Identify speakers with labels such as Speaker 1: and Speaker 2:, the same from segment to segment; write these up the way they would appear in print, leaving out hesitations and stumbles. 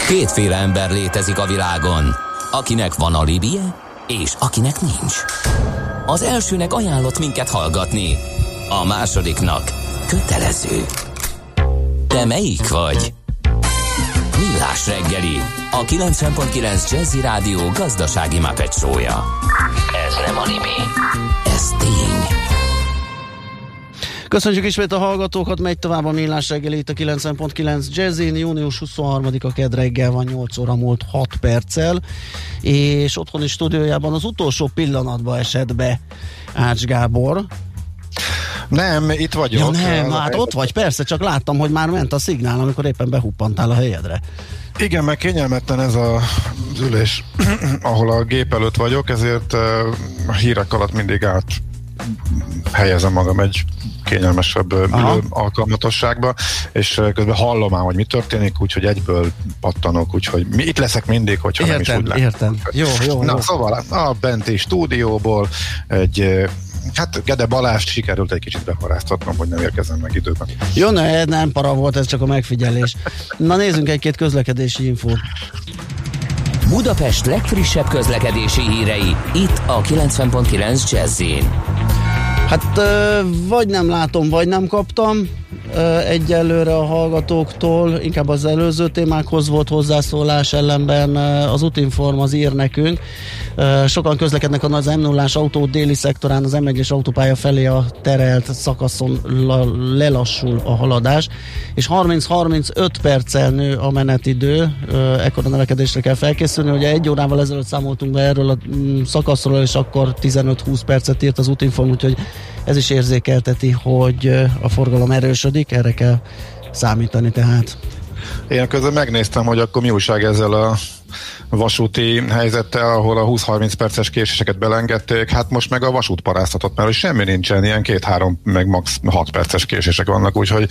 Speaker 1: Kétféle ember létezik a világon, akinek van alibije, és akinek nincs. Az elsőnek ajánlott minket hallgatni, a másodiknak kötelező. Te melyik vagy? Millás reggeli, a 90.9 Jazzy Rádió gazdasági Muppet show-ja. Ez nem anime, ez tény.
Speaker 2: Köszönjük ismét a hallgatókat, megy tovább a Millás reggeli itt a 90.9 Jazzin, június 23-a kedd reggel van, 8 óra múlt 6 perccel, és otthoni stúdiójában az utolsó pillanatban esett be Ács Gábor.
Speaker 3: Nem, itt vagyok.
Speaker 2: Ja, nem, hát ott vagy, persze, csak láttam, hogy már ment a szignál, amikor éppen behuppantál a helyedre.
Speaker 3: Igen, meg kényelmetlen ez az ülés, ahol a gép előtt vagyok, ezért a hírek alatt mindig helyezem magam egy kényelmesebb alkalmatosságba, és közben hallom már, hogy mi történik, úgyhogy egyből pattanok, úgyhogy itt leszek mindig, hogyha nem is úgy
Speaker 2: Értem. Jó.
Speaker 3: Szóval a benti stúdióból egy Gede Balázs sikerült egy kicsit beparáztatnom, hogy nem érkezem meg időben.
Speaker 2: Jó, nem para volt, ez csak a megfigyelés. Na nézzünk egy-két közlekedési infót.
Speaker 1: Budapest legfrissebb közlekedési hírei, itt a 90.9 Jazzin.
Speaker 2: Hát vagy nem látom, vagy nem kaptam egyelőre a hallgatóktól, inkább az előző témákhoz volt hozzászólás, ellenben az Útinform az ír nekünk. Sokan közlekednek a nagy M0-ás autó déli szektorán, az M1-es autópálya felé a terelt szakaszon lelassul a haladás, és 30-35 perccel nő a menetidő, ekkora növekedésre kell felkészülni. Ugye 1 órával ezelőtt számoltunk be erről a szakaszról, és akkor 15-20 percet írt az Útinform, úgyhogy ez is érzékelteti, hogy a forgalom erősödik, erre kell számítani tehát.
Speaker 3: Én közben megnéztem, hogy akkor mi újság ezzel a vasúti helyzettel, ahol a 20-30 perces késéseket belengedték, hát most meg a vasút paráztatott, mert hogy semmi nincsen, ilyen 2-3, meg max 6 perces késések vannak, úgyhogy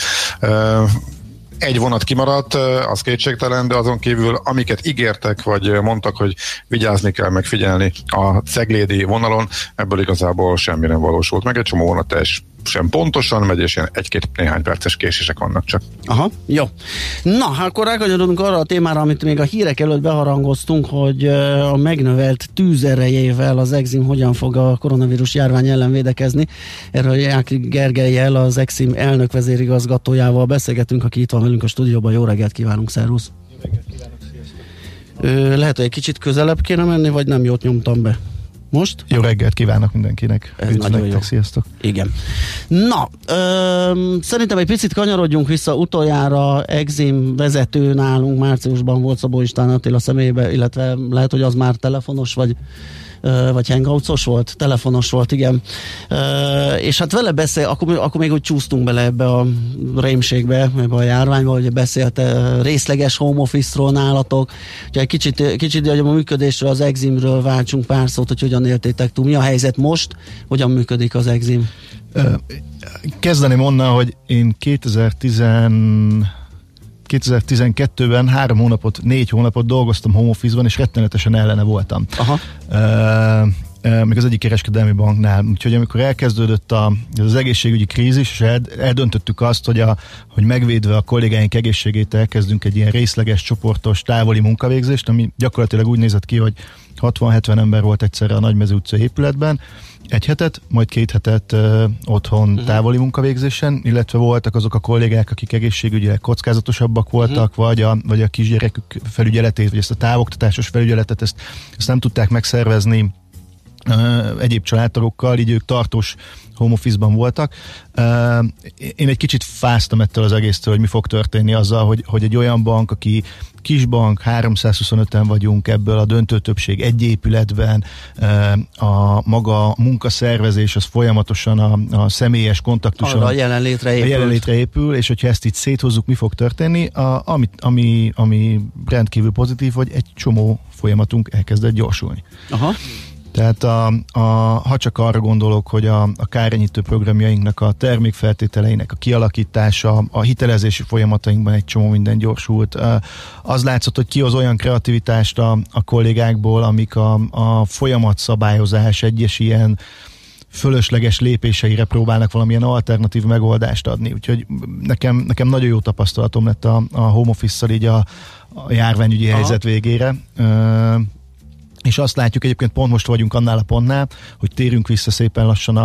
Speaker 3: egy vonat kimaradt, az kétségtelen, de azon kívül, amiket ígértek, vagy mondtak, hogy vigyázni kell, meg figyelni a ceglédi vonalon, ebből igazából semmi nem valósult meg, egy csomó vonat sem pontosan megy, és ilyen néhány perces késések vannak csak.
Speaker 2: Aha, jó. Na, akkor rákanyarodunk arra a témára, amit még a hírek előtt beharangoztunk, hogy a megnövelt tűzerejével az EXIM hogyan fog a koronavírus járvány ellen védekezni. Erről Jáki Gergellyel, az EXIM elnök vezérigazgatójával beszélgetünk, aki itt van velünk a stúdióban. Jó reggelt kívánunk, szervusz!
Speaker 4: Jó reggelt kívánok,
Speaker 2: lehet, hogy egy kicsit közelebb kéne menni, vagy nem jót nyomtam be? Most?
Speaker 4: Jó reggelt kívánok mindenkinek.
Speaker 2: Ez nagyon jó.
Speaker 4: Sziasztok.
Speaker 2: Igen. Na, szerintem egy picit kanyarodjunk vissza. Utoljára EXIM vezető nálunk márciusban volt Szabó István Attila személyében, illetve lehet, hogy az már telefonos, vagy hangouts-os volt? Telefonos volt, igen. És hát vele akkor még úgy csúsztunk bele ebbe a rémségbe, ebbe a járványba, hogy beszélt részleges home office-ról nálatok. Úgyhogy kicsit a működésről, az EXIM-ről váltsunk pár szót, hogy hogyan éltétek túl. Mi a helyzet most? Hogyan működik az EXIM?
Speaker 4: Kezdeném onnan, hogy én 2012-ben 4 hónapot dolgoztam home office-ban, és rettenetesen ellene voltam.
Speaker 2: Aha.
Speaker 4: Még az egyik kereskedelmi banknál. Úgyhogy amikor elkezdődött az egészségügyi krízis, és eldöntöttük azt, hogy megvédve a kollégáink egészségét elkezdünk egy ilyen részleges, csoportos, távoli munkavégzést, ami gyakorlatilag úgy nézett ki, hogy 60-70 ember volt egyszerre a Nagymező utca épületben, 1 hetet, majd 2 hetet otthon távoli munkavégzésen, illetve voltak azok a kollégák, akik egészségügyileg kockázatosabbak voltak, vagy a kisgyerekük felügyeletét, vagy ezt a távoktatásos felügyeletet, ezt nem tudták megszervezni egyéb családtagokkal, így ők tartós home office-ban voltak. Én egy kicsit fáztam ettől az egésztől, hogy mi fog történni azzal, hogy egy olyan bank, aki kisbank, 325-en vagyunk, ebből a döntő többség egy épületben, a maga munkaszervezés az folyamatosan a személyes kontaktuson
Speaker 2: a jelenlétre
Speaker 4: épül, és hogyha ezt így széthozzuk, mi fog történni? Ami rendkívül pozitív, hogy egy csomó folyamatunk elkezdett gyorsulni.
Speaker 2: Aha.
Speaker 4: Tehát ha csak arra gondolok, hogy a kárenyítő programjainknak a termékfeltételeinek a kialakítása, a hitelezési folyamatainkban egy csomó minden gyorsult. Az látszott, hogy kihoz olyan kreativitást a kollégákból, amik a folyamatszabályozás, egyes ilyen fölösleges lépéseire próbálnak valamilyen alternatív megoldást adni. Úgyhogy nekem nagyon jó tapasztalatom lett a home office-szal így a járványügyi helyzet végére. És azt látjuk, egyébként pont most vagyunk annál a pontnál, hogy térünk vissza szépen lassan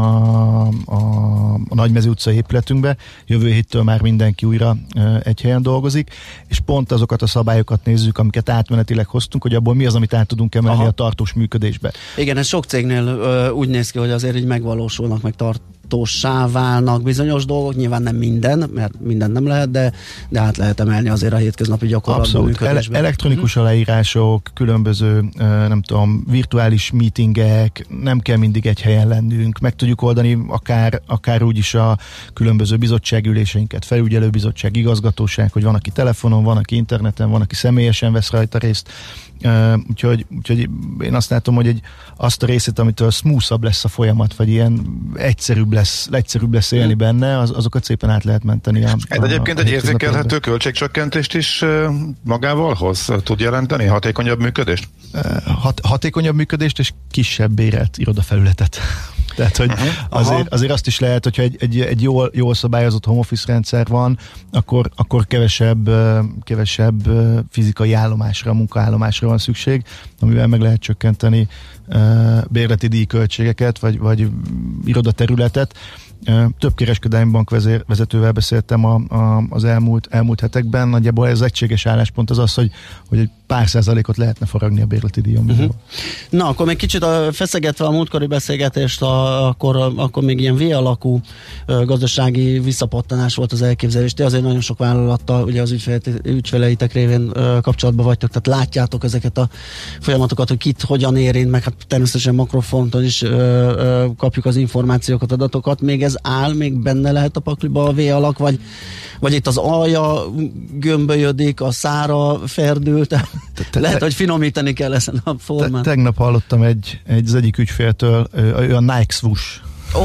Speaker 4: a Nagymező utcai épületünkbe. Jövő héttől már mindenki újra egy helyen dolgozik, és pont azokat a szabályokat nézzük, amiket átmenetileg hoztunk, hogy abból mi az, amit át tudunk emelni a tartós működésbe.
Speaker 2: Igen, ez sok cégnél úgy néz ki, hogy azért így megvalósulnak, meg tartósá válnak bizonyos dolgok, nyilván nem minden, mert minden nem lehet, de át lehet emelni azért a hétköznapi gyakorlatban működésben.
Speaker 4: Elektronikus aláírások, különböző nem tudom, virtuális meetingek, nem kell mindig egy helyen lennünk, meg tudjuk oldani akár úgy is a különböző bizottságüléseinket, felügyelőbizottság, igazgatóság, hogy van, aki telefonon, van, aki interneten, van, aki személyesen vesz rajta részt. Úgyhogy én azt látom, hogy azt a részét, amitől smoothabb lesz a folyamat, vagy ilyen egyszerűbb lesz élni benne, azokat szépen át lehet menteni.
Speaker 3: Egyébként egy érzékelhető költségcsökkentést is magával hoz tud jelenteni? Hatékonyabb működést?
Speaker 4: Hatékonyabb működést és kisebb bérelt irodafelületet. Tehát, hogy azért azt is lehet, hogyha egy jól szabályozott home office rendszer van, akkor kevesebb fizikai állomásra, munkaállomásra van szükség, amivel meg lehet csökkenteni bérleti díjköltségeket, vagy irodaterületet. Több kereskedelmi bank vezetővel beszéltem az elmúlt hetekben. Nagyjából ez egységes álláspont az, hogy egy pár százalékot lehetne faragni a bérleti díjon.
Speaker 2: Na, akkor még kicsit feszegetve a múltkori beszélgetést, akkor még ilyen V-alakú gazdasági visszapattanás volt az elképzelés. De azért nagyon sok vállalattal, ugye az ügyfeleitek révén kapcsolatban vagytok, tehát látjátok ezeket a folyamatokat, hogy kit hogyan érint, meg hát természetesen makrofonton is kapjuk az információkat, adatokat. Még ez áll, még benne lehet a pakliba a V-alak, vagy itt az alja gömbölyödik, a szára ferdült, lehet, hogy finomítani kell ezen a formán.
Speaker 4: Tegnap hallottam az egyik ügyféltől, ő a Nike swoosh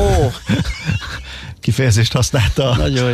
Speaker 4: kifejezést használta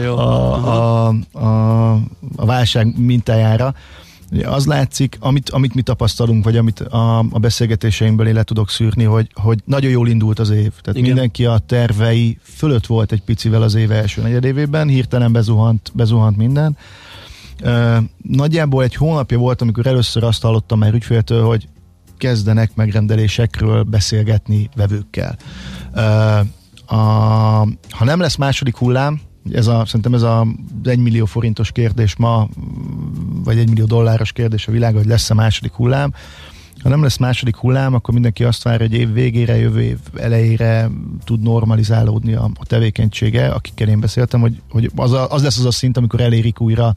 Speaker 4: a válság mintájára. Az látszik, amit mi tapasztalunk, vagy amit a beszélgetéseimből én le tudok szűrni, hogy nagyon jól indult az év. Tehát mindenki a tervei fölött volt egy picivel az év első negyedévében, hirtelen bezuhant minden. Nagyjából egy hónapja volt, amikor először azt hallottam már ügyféltől, hogy kezdenek megrendelésekről beszélgetni vevőkkel. Ha nem lesz második hullám, szerintem ez az 1 millió forintos kérdés ma, vagy 1 millió dolláros kérdés a világon, hogy lesz-e második hullám. Ha nem lesz második hullám, akkor mindenki azt várja, hogy év végére, jövő év elejére tud normalizálódni a tevékenysége, akikkel én beszéltem, hogy az lesz az a szint, amikor elérik újra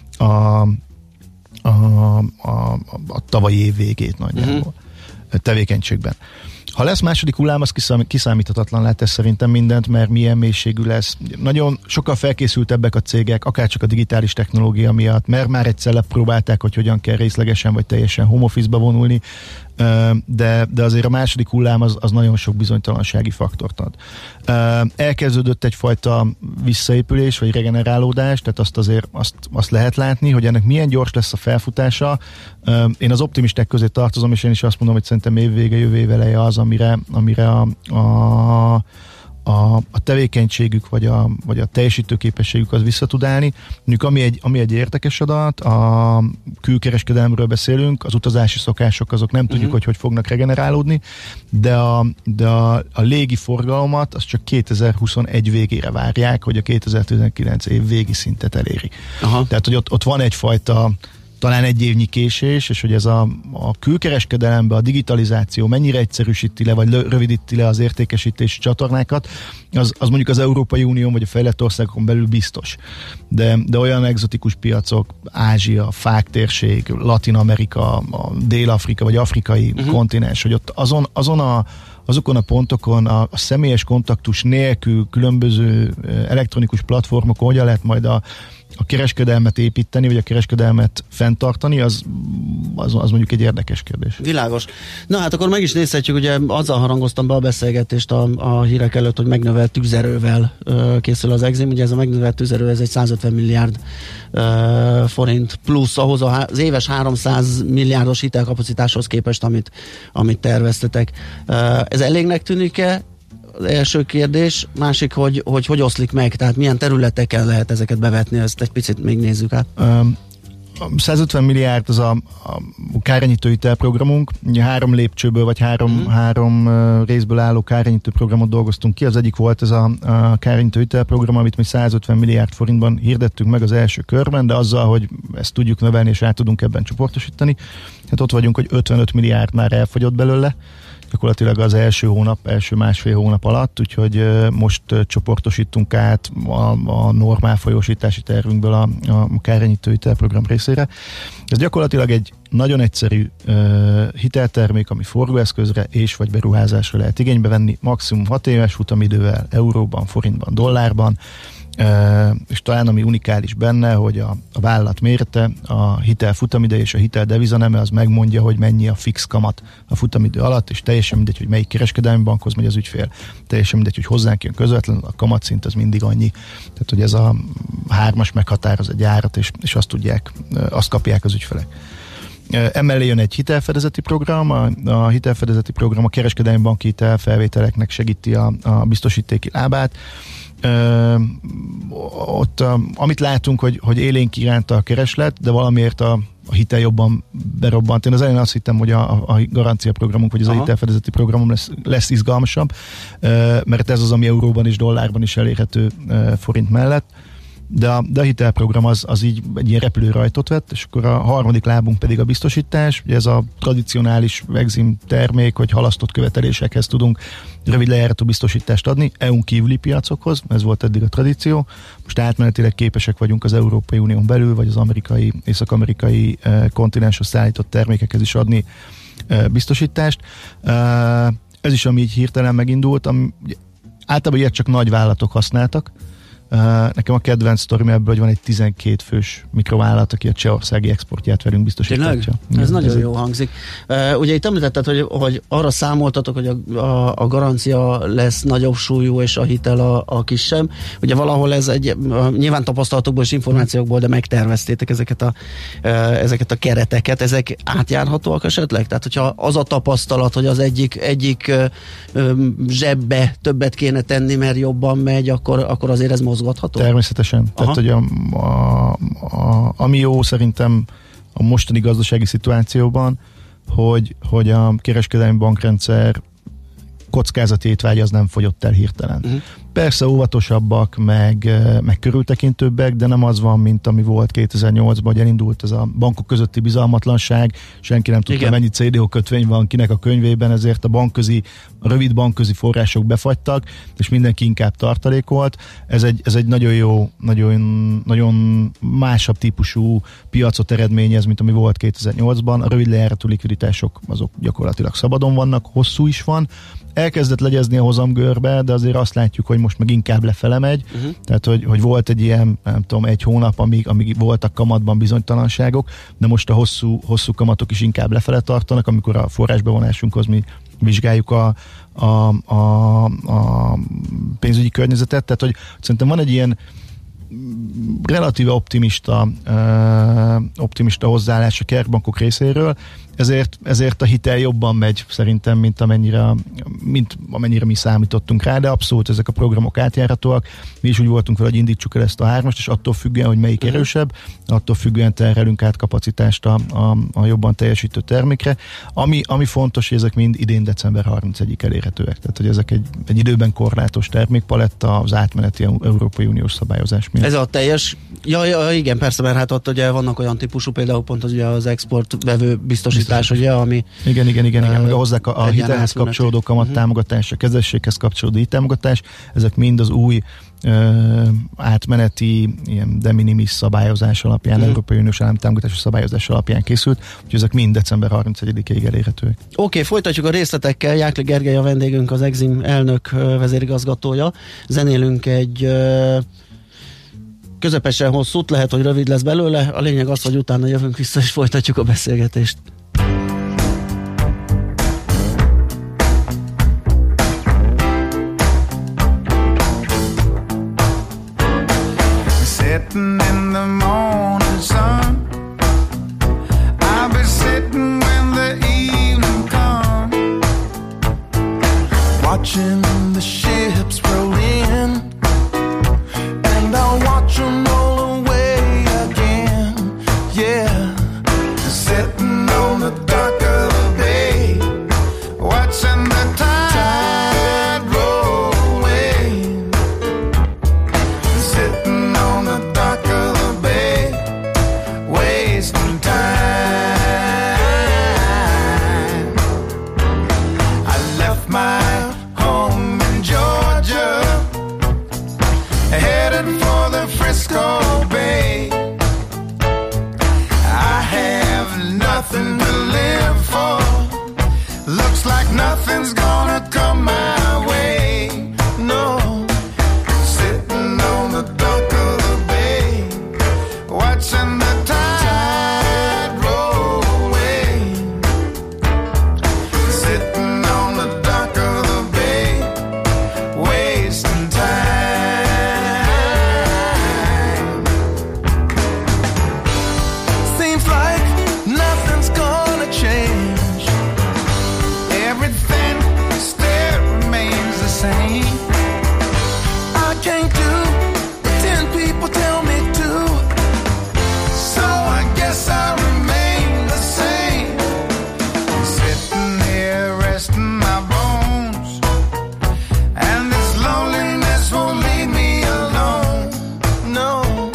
Speaker 4: a tavalyi év végét nagyjából tevékenységben. Ha lesz második hullám, az kiszámíthatatlan lehet ez szerintem mindent, mert milyen mélységű lesz. Nagyon sokkal felkészültebbek a cégek, akárcsak a digitális technológia miatt, mert már egyszer lepróbálták, hogy hogyan kell részlegesen vagy teljesen home office-ba vonulni, de azért a második hullám az nagyon sok bizonytalansági faktort ad. Elkezdődött egyfajta visszaépülés, vagy regenerálódás, tehát azt lehet látni, hogy ennek milyen gyors lesz a felfutása. Én az optimisták közé tartozom, és én is azt mondom, hogy szerintem évvége, jövő év eleje az, amire a tevékenységük, vagy a teljesítőképességük az vissza tud állni. Mondjuk ami egy érdekes adat, a külkereskedelemről beszélünk, az utazási szokások azok nem tudjuk, hogy fognak regenerálódni, de a légi forgalmat az csak 2021 végére várják, hogy a 2019 év végi szintet eléri. Tehát, hogy ott van egyfajta talán egy évnyi késés, és hogy ez a külkereskedelemben a digitalizáció mennyire egyszerűsíti le, vagy rövidíti le az értékesítési csatornákat, az mondjuk az Európai Unió vagy a fejlett országokon belül biztos. De olyan egzotikus piacok, Ázsia, Fák térség, Latin Amerika, a Dél-Afrika vagy afrikai kontinens, hogy ott azokon a pontokon a személyes kontaktus nélkül különböző elektronikus platformokon hogyan lehet majd a kereskedelmet építeni, vagy a kereskedelmet fenntartani, az mondjuk egy érdekes kérdés.
Speaker 2: Világos. Na hát akkor meg is nézhetjük, ugye azzal harangoztam be a beszélgetést a hírek előtt, hogy megnövelt tűzerővel készül az Exim. Ugye ez a megnövelt tűzerő, ez egy 150 milliárd forint plusz ahhoz az éves 300 milliárdos hitelkapacitáshoz képest, amit terveztetek. Ez elégnek tűnik-e? az első kérdés, másik, hogy oszlik meg, tehát milyen területeken lehet ezeket bevetni, ezt egy picit még nézzük át.
Speaker 4: 150 milliárd az a kárenyítő hitelprogramunk, ugye 3 lépcsőből, vagy három részből álló kárenyítő programot dolgoztunk ki. Az egyik volt ez a kárenyítő hitelprogram, amit mi 150 milliárd forintban hirdettünk meg az első körben, de azzal, hogy ezt tudjuk növelni, és át tudunk ebben csoportosítani. Hát ott vagyunk, hogy 55 milliárd már elfogyott belőle, gyakorlatilag az első másfél hónap alatt, úgyhogy most csoportosítunk át a normál folyósítási tervünkből a kárenyítő hitelprogram részére. Ez gyakorlatilag egy nagyon egyszerű hiteltermék, ami forgóeszközre és vagy beruházásra lehet igénybe venni, maximum 6 éves futamidővel, euróban, forintban, dollárban, és talán ami unikális benne, hogy a vállalat mérete, a hitel futamide és a hitel devizaneme az megmondja, hogy mennyi a fix kamat a futamidő alatt, és teljesen mindegy, hogy melyik kereskedelmi bankhoz megy az ügyfél, teljesen mindegy, hogy hozzánk jön közvetlenül, a kamatszint az mindig annyi. Tehát, hogy ez a 3-as meghatároz egy árat, és azt kapják az ügyfelek. Emellé jön egy hitelfedezeti program, a hitelfedezeti program a kereskedelmi banki hitelfelvételeknek segíti a biztosítéki lábát. Ott amit látunk, hogy élénk iránta a kereslet, de valamiért a hitel jobban berobbant. Én az elején azt hittem, hogy a garancia programunk, vagy az a hitelfedezeti programom lesz izgalmasabb, mert ez az, ami euróban és dollárban is elérhető forint mellett. De a hitelprogram az így egy ilyen repülőrajtot vett, és akkor a harmadik lábunk pedig a biztosítás. Ugye ez a tradicionális Exim termék, hogy halasztott követelésekhez tudunk rövid lejáratú biztosítást adni, EU-n kívüli piacokhoz, ez volt eddig a tradíció. Most átmenetileg képesek vagyunk az Európai Unión belül, vagy az észak-amerikai kontinensre szállított termékekhez is adni biztosítást. Ez is, ami így hirtelen megindult, általában ilyet csak nagy vállalatok használtak. Nekem a kedvenc sztorim ebből, hogy van egy 12 fős mikrovállalat, aki a csehországi exportját velünk biztosíthatja.
Speaker 2: Ez nagyon jó hangzik. Ugye itt említetted, hogy arra számoltatok, hogy a garancia lesz nagyobb súlyú, és a hitel a kisebb. Ugye valahol ez nyilván tapasztalatokból és információkból, de megterveztétek ezeket a kereteket. Ezek átjárhatóak esetleg? Tehát, hogyha az a tapasztalat, hogy az egyik zsebbe többet kéne tenni, mert jobban megy, akkor azért ez mozgatható?
Speaker 4: Természetesen. Aha. Tehát, hogy ami jó szerintem a mostani gazdasági szituációban, hogy a kereskedelmi bankrendszer kockázati étvágy az nem fogyott el hirtelen. Persze óvatosabbak, meg körültekintőbbek, de nem az van, mint ami volt 2008-ban, hogy elindult ez a bankok közötti bizalmatlanság, senki nem tudta, mennyi CDO kötvény van kinek a könyvében, ezért a rövid bankközi források befagytak, és mindenki inkább tartalékolt. Ez egy nagyon jó, nagyon másabb típusú piacot eredményez, mint ami volt 2008-ban. A rövid lejáratú likviditások azok gyakorlatilag szabadon vannak, hosszú is van. Elkezdett legyezni a hozamgörbe, de azért azt látjuk, hogy most meg inkább lefele megy. Tehát, hogy volt egy ilyen, nem tudom, egy hónap, amíg voltak kamatban bizonytalanságok, de most a hosszú kamatok is inkább lefele tartanak, amikor a forrásbevonásunkhoz mi vizsgáljuk a pénzügyi környezetet. Tehát, hogy szerintem van egy ilyen relatíve optimista hozzáállás a kertbankok részéről, ezért a hitel jobban megy szerintem, mint amennyire mi számítottunk rá, de abszolút ezek a programok átjárhatóak. Mi is úgy voltunk vele, hogy indítsuk el ezt a 3-ast, és attól függően, hogy melyik erősebb, attól függően terhelünk át kapacitást a jobban teljesítő termékre. Ami fontos, hogy ezek mind idén december 31-ig elérhetőek. Tehát, hogy ezek egy időben korlátos termékpaletta az átmeneti Európai Uniós szabályozás miatt. Ez
Speaker 2: a teljes? Ja, igen, persze, mert hát ott ugye vannak olyan típusú, például pont az ugye az exportvevő biztosítás, ugye, ami...
Speaker 4: Igen, meg hozzák a hitelhez kapcsolódó kamattámogatás, a kezességhez kapcsolódó támogatás, ezek mind az új átmeneti ilyen de minimis szabályozás alapján, Európai Uniós államtámogatási szabályozás alapján készült, úgyhogy ezek mind december 31-ig elérhetőek.
Speaker 2: Oké, folytatjuk a részletekkel. Jákli Gergely a vendégünk, az Exim elnök vezérigazgatója. Zenélünk egy közepesen hosszút, lehet, hogy rövid lesz belőle. A lényeg az, hogy utána jövünk vissza, és folytatjuk a beszélgetést.
Speaker 5: Sitting in the morning sun, I'll be sitting when the evening comes, watching the sitting on the dock of the bay, watching the tide roll away. Sitting on the dock of the bay, wasting time. I left my home in Georgia, headed for the Frisco Bay. I have nothing to live for. Looks like nothing's gonna come my way. No, sitting on the dock of the bay, watching the tide roll away. Sitting on the dock of the bay, wasting time. Seems like nothing's gonna change. Everything still remains the same. I can't do what 10 people tell me to, so I guess I remain the same. Sitting here resting my bones, and this loneliness won't leave me alone. No,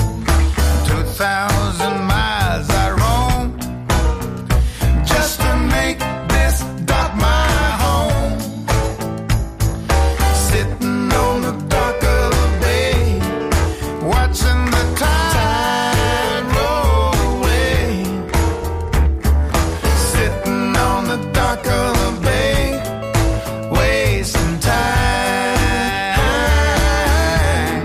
Speaker 5: 2,000 miles I roam just to make this dock my home. Sitting on the dock of the bay, watching the tide roll away. Sitting on the dock of the bay, wasting time.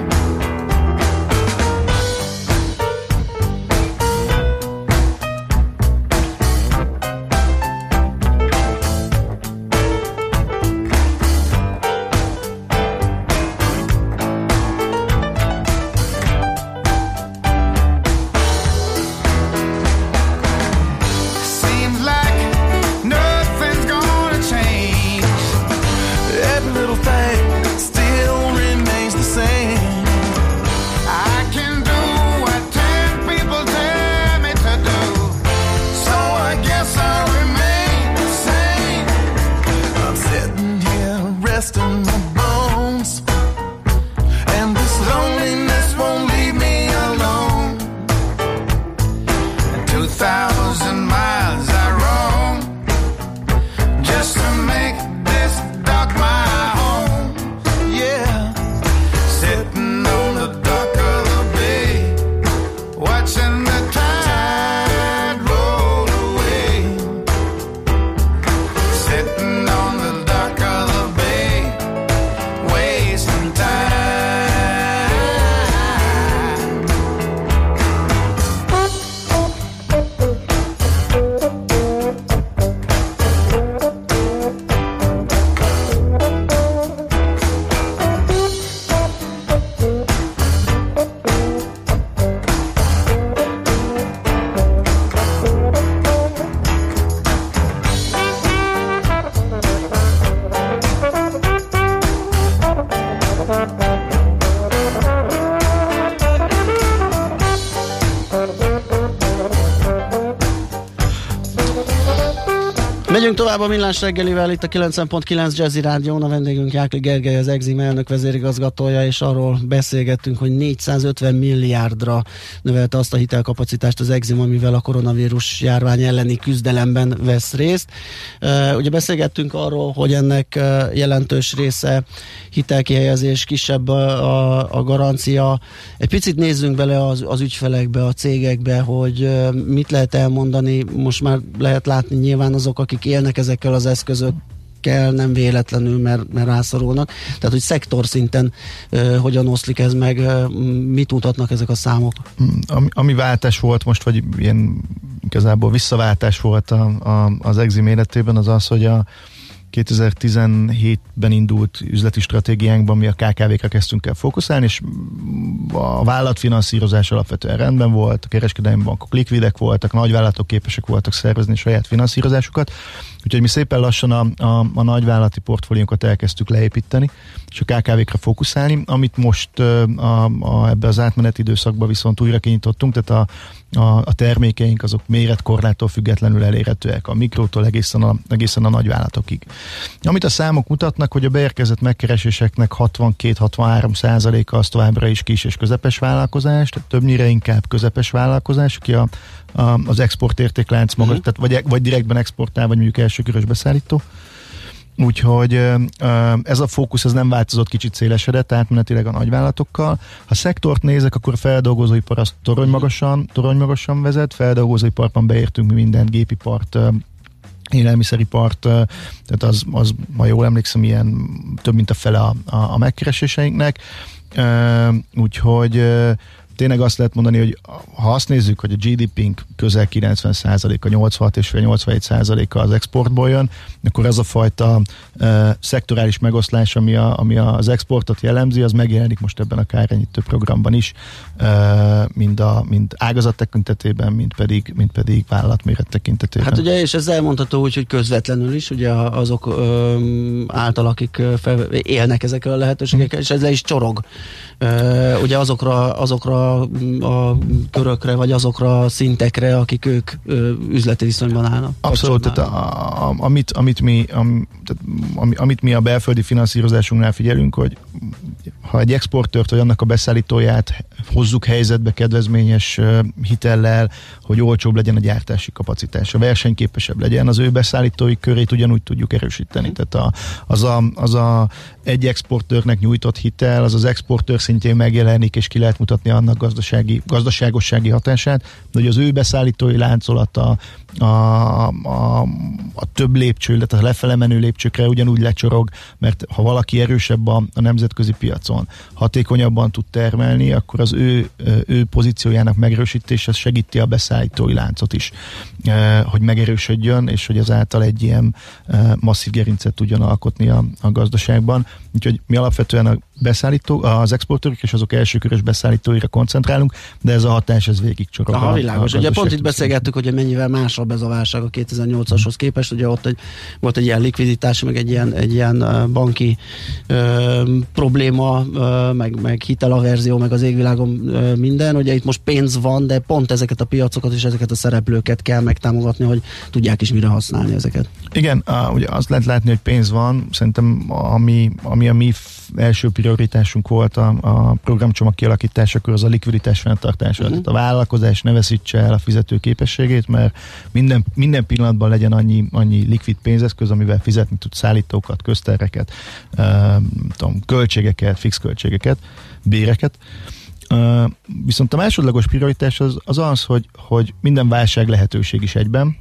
Speaker 5: Seems like nothing's gonna change. Every little thing still remains the same. I can do what 10 people tell me to do, so I guess I'll remain the same. I'm sitting here resting my bones, and this loneliness won't leave me alone. 2,000 miles I roam just to make this dock my home. Yeah, sitting on the dock of the bay, watching the tide roll away. Sitting on the dock of the bay, wasting time.
Speaker 2: Megyünk tovább a Millás reggelivel, itt a 90.9 Jazzy Rádión, a vendégünk Jákli Gergely, az Exim elnök vezérigazgatója, és arról beszélgettünk, hogy 450 milliárdra növelte azt a hitelkapacitást az Exim, amivel a koronavírus járvány elleni küzdelemben vesz részt. Ugye beszélgettünk arról, hogy ennek jelentős része hitelkihelyezés, kisebb a garancia. Egy picit nézzünk bele az ügyfelekbe, a cégekbe, hogy mit lehet elmondani. Most már lehet látni nyilván azok, akik élnek ezekkel az eszközökkel, nem véletlenül, mert rászorulnak. Tehát, hogy szektorszinten hogyan oszlik ez meg, mit mutatnak ezek a számok?
Speaker 4: Ami váltás volt most, vagy ilyen igazából visszaváltás volt az Exim életében, az az, hogy a 2017-ben indult üzleti stratégiánkban mi a KKV-kra kezdtünk el fókuszálni, és a vállalatfinanszírozás alapvetően rendben volt, a kereskedelmi bankok likvidek voltak, nagyvállalatok képesek voltak szervezni saját finanszírozásukat. Úgyhogy mi szépen lassan a nagyvállalati portfóliónkat elkezdtük leépíteni, és a KKV-kra fókuszálni, amit most ebbe az átmeneti időszakban viszont újra kinyitottunk, tehát a termékeink azok méretkorláttól függetlenül elérhetőek, a mikrótól egészen a nagyvállalatokig. Amit a számok mutatnak, hogy a beérkezett megkereséseknek 62-63%-a az továbbra is kis és közepes vállalkozás, tehát többnyire inkább közepes vállalkozás, aki az exportértéklánc magas, tehát vagy direktben exportál, vagy mondjuk elsőkörös beszállító. Úgyhogy ez a fókusz ez nem változott, kicsit szélesedett átmenetileg a nagyvállalatokkal. Ha szektort nézek, akkor a feldolgozóipar az torony magasan vezet, feldolgozóiparban beértünk mi mindent, gépipart, élelmiszeripart, tehát az ma jól emlékszem, ilyen több mint a fele a megkereséseinknek. Úgyhogy tényleg azt lehet mondani, hogy ha azt nézzük, hogy a GDP-nk közel 90%-a, 86,5-87%-a az exportból jön, akkor az a fajta szektorális megoszlás, ami az exportot jellemzi, az megjelenik most ebben a kárenyítő programban is, mind ágazat tekintetében, mind pedig vállalatméret tekintetében.
Speaker 2: Hát ugye, és ez elmondható úgy, hogy közvetlenül is, ugye azok által, akik élnek ezekkel a lehetőségekkel, és ez le is csorog. Ugye azokra a körökre, vagy azokra a szintekre, akik ők üzleti viszonyban állnak.
Speaker 4: Abszolút, tehát amit mi a belföldi finanszírozásunknál figyelünk, hogy ha egy exportőrt, vagy annak a beszállítóját hozzuk helyzetbe kedvezményes hitellel, hogy olcsóbb legyen a gyártási kapacitása, versenyképesebb legyen, az ő beszállítói körét ugyanúgy tudjuk erősíteni. Tehát az egy exportőrnek nyújtott hitel, az exportőr szintjén megjelenik, és ki lehet mutatni annak gazdaságossági hatását, de hogy az ő beszállítói láncolata a több lépcső, illetve a lefele menő lépcsőkre ugyanúgy lecsorog, mert ha valaki erősebb a nemzetközi piacon, hatékonyabban tud termelni, akkor az ő pozíciójának megerősítése segíti a beszállítói láncot is, hogy megerősödjön, és hogy azáltal egy ilyen masszív gerincet tudjon alkotni a gazdaságban. Úgyhogy mi alapvetően az exportőrök és azok elsőkörös beszállítóira koncentrálunk, de ez a hatás ez végig csorog.
Speaker 2: Aha, világos. Ugye pont itt beszélgettük, hogy mennyivel másabb ez a válság a 2008-ashoz képest, ugye ott volt egy ilyen likviditás, meg egy ilyen banki probléma, meg hitelaverzió, meg az égvilágon minden. Ugye itt most pénz van, de pont ezeket a piacokat és ezeket a szereplőket kell megtámogatni, hogy tudják is mire használni ezeket. Igen,
Speaker 4: ugye azt lehet látni, hogy pénz van. Szerintem ami a mi első prioritásunk volt a programcsomag kialakításakor, az a likviditás fenntartása. Tehát a vállalkozás ne veszítse el a fizető képességét, mert minden pillanatban legyen annyi likvid pénzeszköz, amivel fizetni tud szállítókat, közterreket, költségeket, fix költségeket, béreket. Viszont a másodlagos prioritás az, hogy minden válság lehetőség is egyben.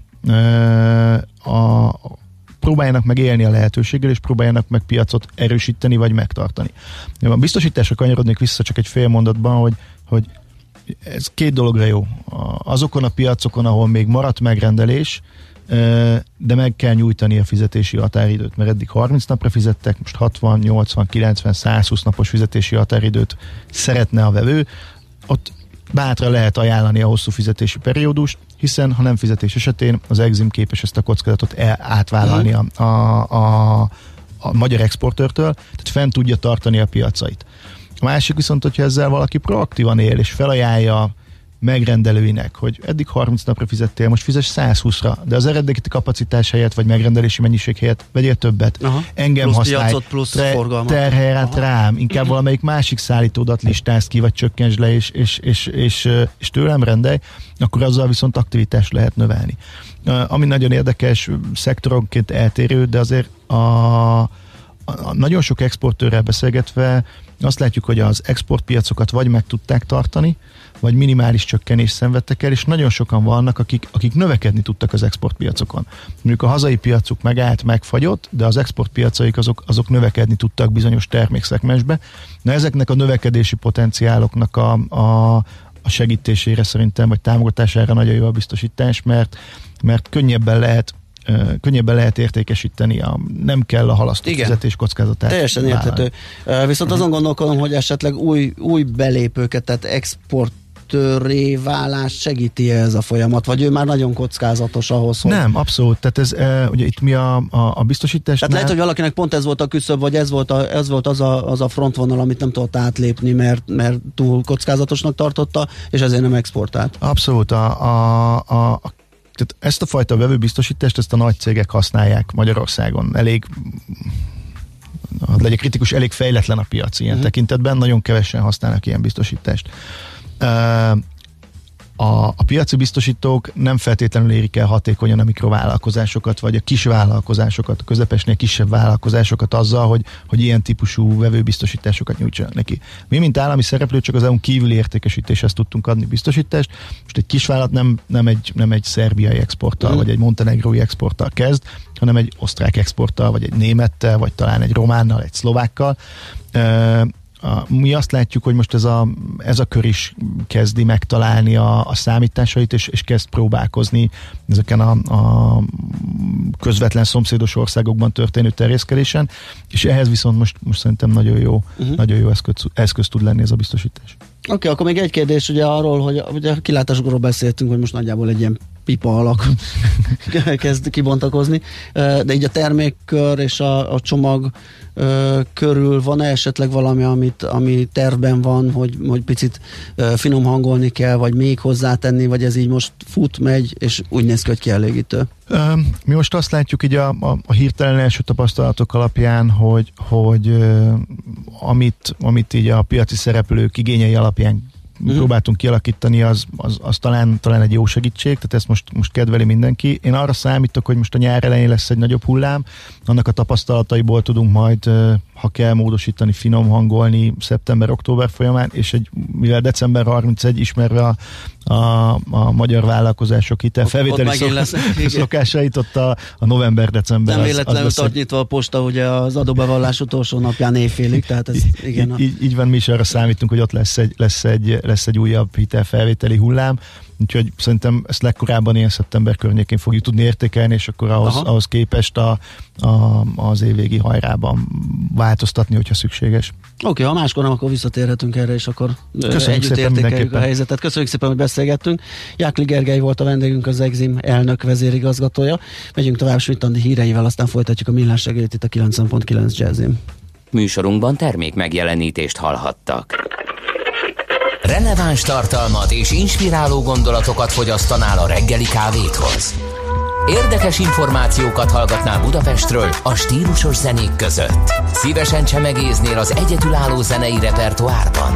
Speaker 4: Próbáljanak meg élni a lehetőséggel, és próbáljanak meg piacot erősíteni, vagy megtartani. A biztosításra kanyarodnék vissza csak egy fél mondatban, hogy ez két dologra jó. Azokon a piacokon, ahol még maradt megrendelés, de meg kell nyújtani a fizetési határidőt, mert eddig 30 napra fizettek, most 60, 80, 90, 120 napos fizetési határidőt szeretne a vevő. Ott bátran lehet ajánlani a hosszú fizetési periódust, hiszen ha nem fizetés esetén az Exim képes ezt a kockázatot átvállalni a magyar exportőrtől, tehát fent tudja tartani a piacait. A másik viszont, hogyha ezzel valaki proaktívan él és felajánlja megrendelőinek, hogy eddig 30 napra fizettél, most fizes 120-ra, de az eredeti kapacitás helyett, vagy megrendelési mennyiség helyett vegyél többet. Aha. Engem plusz használj, piacot, plusz forgalmat. Terhelj át rám, inkább valamelyik másik szállítódat listázd ki, vagy csökkentsd le, és tőlem rendelj, akkor azzal viszont aktivitást lehet növelni. Ami nagyon érdekes, szektoronként eltérő, de azért nagyon sok exportőrrel beszélgetve azt látjuk, hogy az exportpiacokat vagy meg tudták tartani, vagy minimális csökkenést szenvedtek el, és nagyon sokan vannak, akik növekedni tudtak az exportpiacokon. Mondjuk a hazai piacuk megállt, megfagyott, de az exportpiacaik azok növekedni tudtak bizonyos termékszegmensbe. Na ezeknek a növekedési potenciáloknak a segítésére szerintem, vagy támogatására nagyon jó a biztosítás, mert könnyebben lehet értékesíteni, nem kell a halasztó fizetés kockázatát. Teljesen érthető. Viszont azon gondolkodom, hogy esetleg új belépőket, tehát export
Speaker 2: versenyzőtőrré válást segíti ez a folyamat, vagy ő már nagyon kockázatos ahhoz, hogy...
Speaker 4: Nem, abszolút. Tehát ez, ugye itt mi a biztosítás.
Speaker 2: Tehát lehet, hogy valakinek pont ez volt a küszöb, vagy ez volt az a frontvonal, amit nem tudott átlépni, mert túl kockázatosnak tartotta, és ezért nem exportált.
Speaker 4: Abszolút. Tehát ezt a fajta vevőbiztosítást, ezt a nagy cégek használják Magyarországon. Elég, legyek kritikus, elég fejletlen a piac ilyen tekintetben, nagyon kevesen használnak ilyen biztosítást. A piaci biztosítók nem feltétlenül érik el hatékonyan a mikrovállalkozásokat, vagy a kis vállalkozásokat, a közepesnél kisebb vállalkozásokat azzal, hogy ilyen típusú vevőbiztosításokat nyújtsanak neki. Mi, mint állami szereplő, csak az EU-n kívüli értékesítéshez tudtunk adni biztosítást. Most egy kisvállalat nem egy szerbiai exporttal, vagy egy montenegrói exporttal kezd, hanem egy osztrák exporttal, vagy egy némettel, vagy talán egy románnal, egy szlovákkal. Mi azt látjuk, hogy most ez a kör is kezdi megtalálni a számításait, és kezd próbálkozni ezeken a közvetlen szomszédos országokban történő terjeszkedésen, és ehhez viszont most szerintem nagyon jó eszköz tud lenni ez a biztosítás.
Speaker 2: Oké, akkor még egy kérdés ugye arról, hogy ugye a kilátásokról beszéltünk, hogy most nagyjából egy ilyen pipa alak kezd kibontakozni, de így a termékkör és a csomag körül van-e esetleg valami, ami tervben van, hogy picit finom hangolni kell, vagy még hozzátenni, vagy ez így most fut, megy, és úgy néz ki, hogy kielégítő?
Speaker 4: Mi most azt látjuk így a hirtelen első tapasztalatok alapján, hogy amit így a piaci szereplők igényei alapján próbáltunk kialakítani, az talán egy jó segítség, tehát ezt most kedveli mindenki. Én arra számítok, hogy most a nyár elején lesz egy nagyobb hullám, annak a tapasztalataiból tudunk majd, ha kell módosítani, finom hangolni szeptember-október folyamán, és mivel december 31 ismerve a magyar vállalkozások hitelfelvételi szokásait, ott a november-december.
Speaker 2: Nem véletlenül tart nyitva a posta ugye az adóbevallás utolsó napján éjfélig, tehát ez igen.
Speaker 4: Így van, mi is arra számítunk, hogy ott lesz egy újabb hitelfelvételi hullám, úgyhogy szerintem ezt legkorábban ilyen szeptember környékén fogjuk tudni értékelni, és akkor ahhoz képest az évvégi hajrában változtatni, hogyha szükséges.
Speaker 2: Oké, ha máskor nem, akkor visszatérhetünk erre, és akkor együtt értékeljük a helyzetet. Köszönjük szépen, hogy beszélgettünk. Jákli Gergely volt a vendégünk, az Exim elnök vezérigazgatója. Megyünk tovább Schmidt-Andi híreivel, aztán folytatjuk a millás reggelit itt a 90.9 Jazzin.
Speaker 1: Műsorunkban termék megjelenítést hallhattak. Releváns tartalmat és inspiráló gondolatokat fogyasztanál a reggeli kávéthoz. Érdekes információkat hallgatnál Budapestről a stílusos zenék között. Szívesen csemegéznél az egyedülálló zenei repertoárban.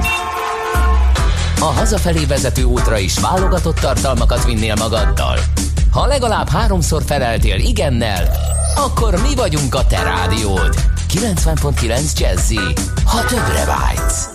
Speaker 1: A hazafelé vezető útra is válogatott tartalmakat vinnél magaddal. Ha legalább 3-szor feleltél igennel, akkor mi vagyunk a te rádiód. 90.9 Jazzy, ha többre vágysz.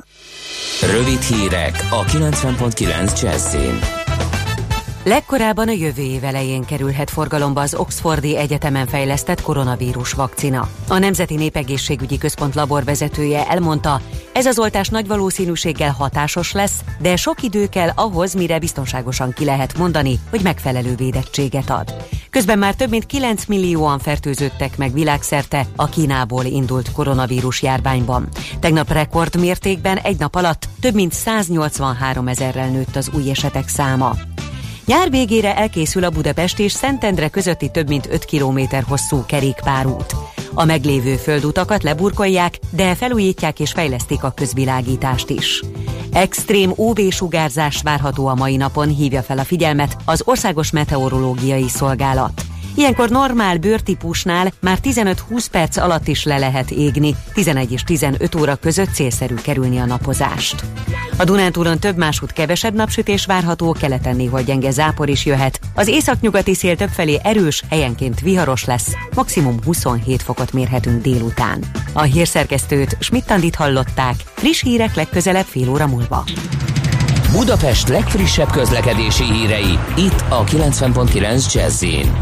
Speaker 1: Rövid hírek a 90.9 Jazzyn.
Speaker 6: Legkorábban a jövő év elején kerülhet forgalomba az Oxfordi Egyetemen fejlesztett koronavírus vakcina. A Nemzeti Népegészségügyi Központ laborvezetője elmondta, ez az oltás nagy valószínűséggel hatásos lesz, de sok idő kell ahhoz, mire biztonságosan ki lehet mondani, hogy megfelelő védettséget ad. Közben már több mint 9 millióan fertőződtek meg világszerte a Kínából indult koronavírus járványban. Tegnap rekordmértékben egy nap alatt több mint 183 000-rel nőtt az új esetek száma. Nyár végére elkészül a Budapest és Szentendre közötti több mint 5 kilométer hosszú kerékpárút. A meglévő földutakat leburkolják, de felújítják és fejlesztik a közvilágítást is. Extrém UV-sugárzás várható a mai napon, hívja fel a figyelmet az Országos Meteorológiai Szolgálat. Ilyenkor normál bőrtípusnál már 15-20 perc alatt is le lehet égni, 11 és 15 óra között célszerű kerülni a napozást. A Dunántúlon több másút kevesebb napsütés várható, keleten néhol gyenge zápor is jöhet. Az északnyugati szél többfelé erős, helyenként viharos lesz, maximum 27 fokot mérhetünk délután. A hírszerkesztőt, Schmidt-Andit hallották, friss hírek legközelebb fél óra múlva.
Speaker 1: Budapest legfrissebb közlekedési hírei, itt a 90.9 Jazzyn.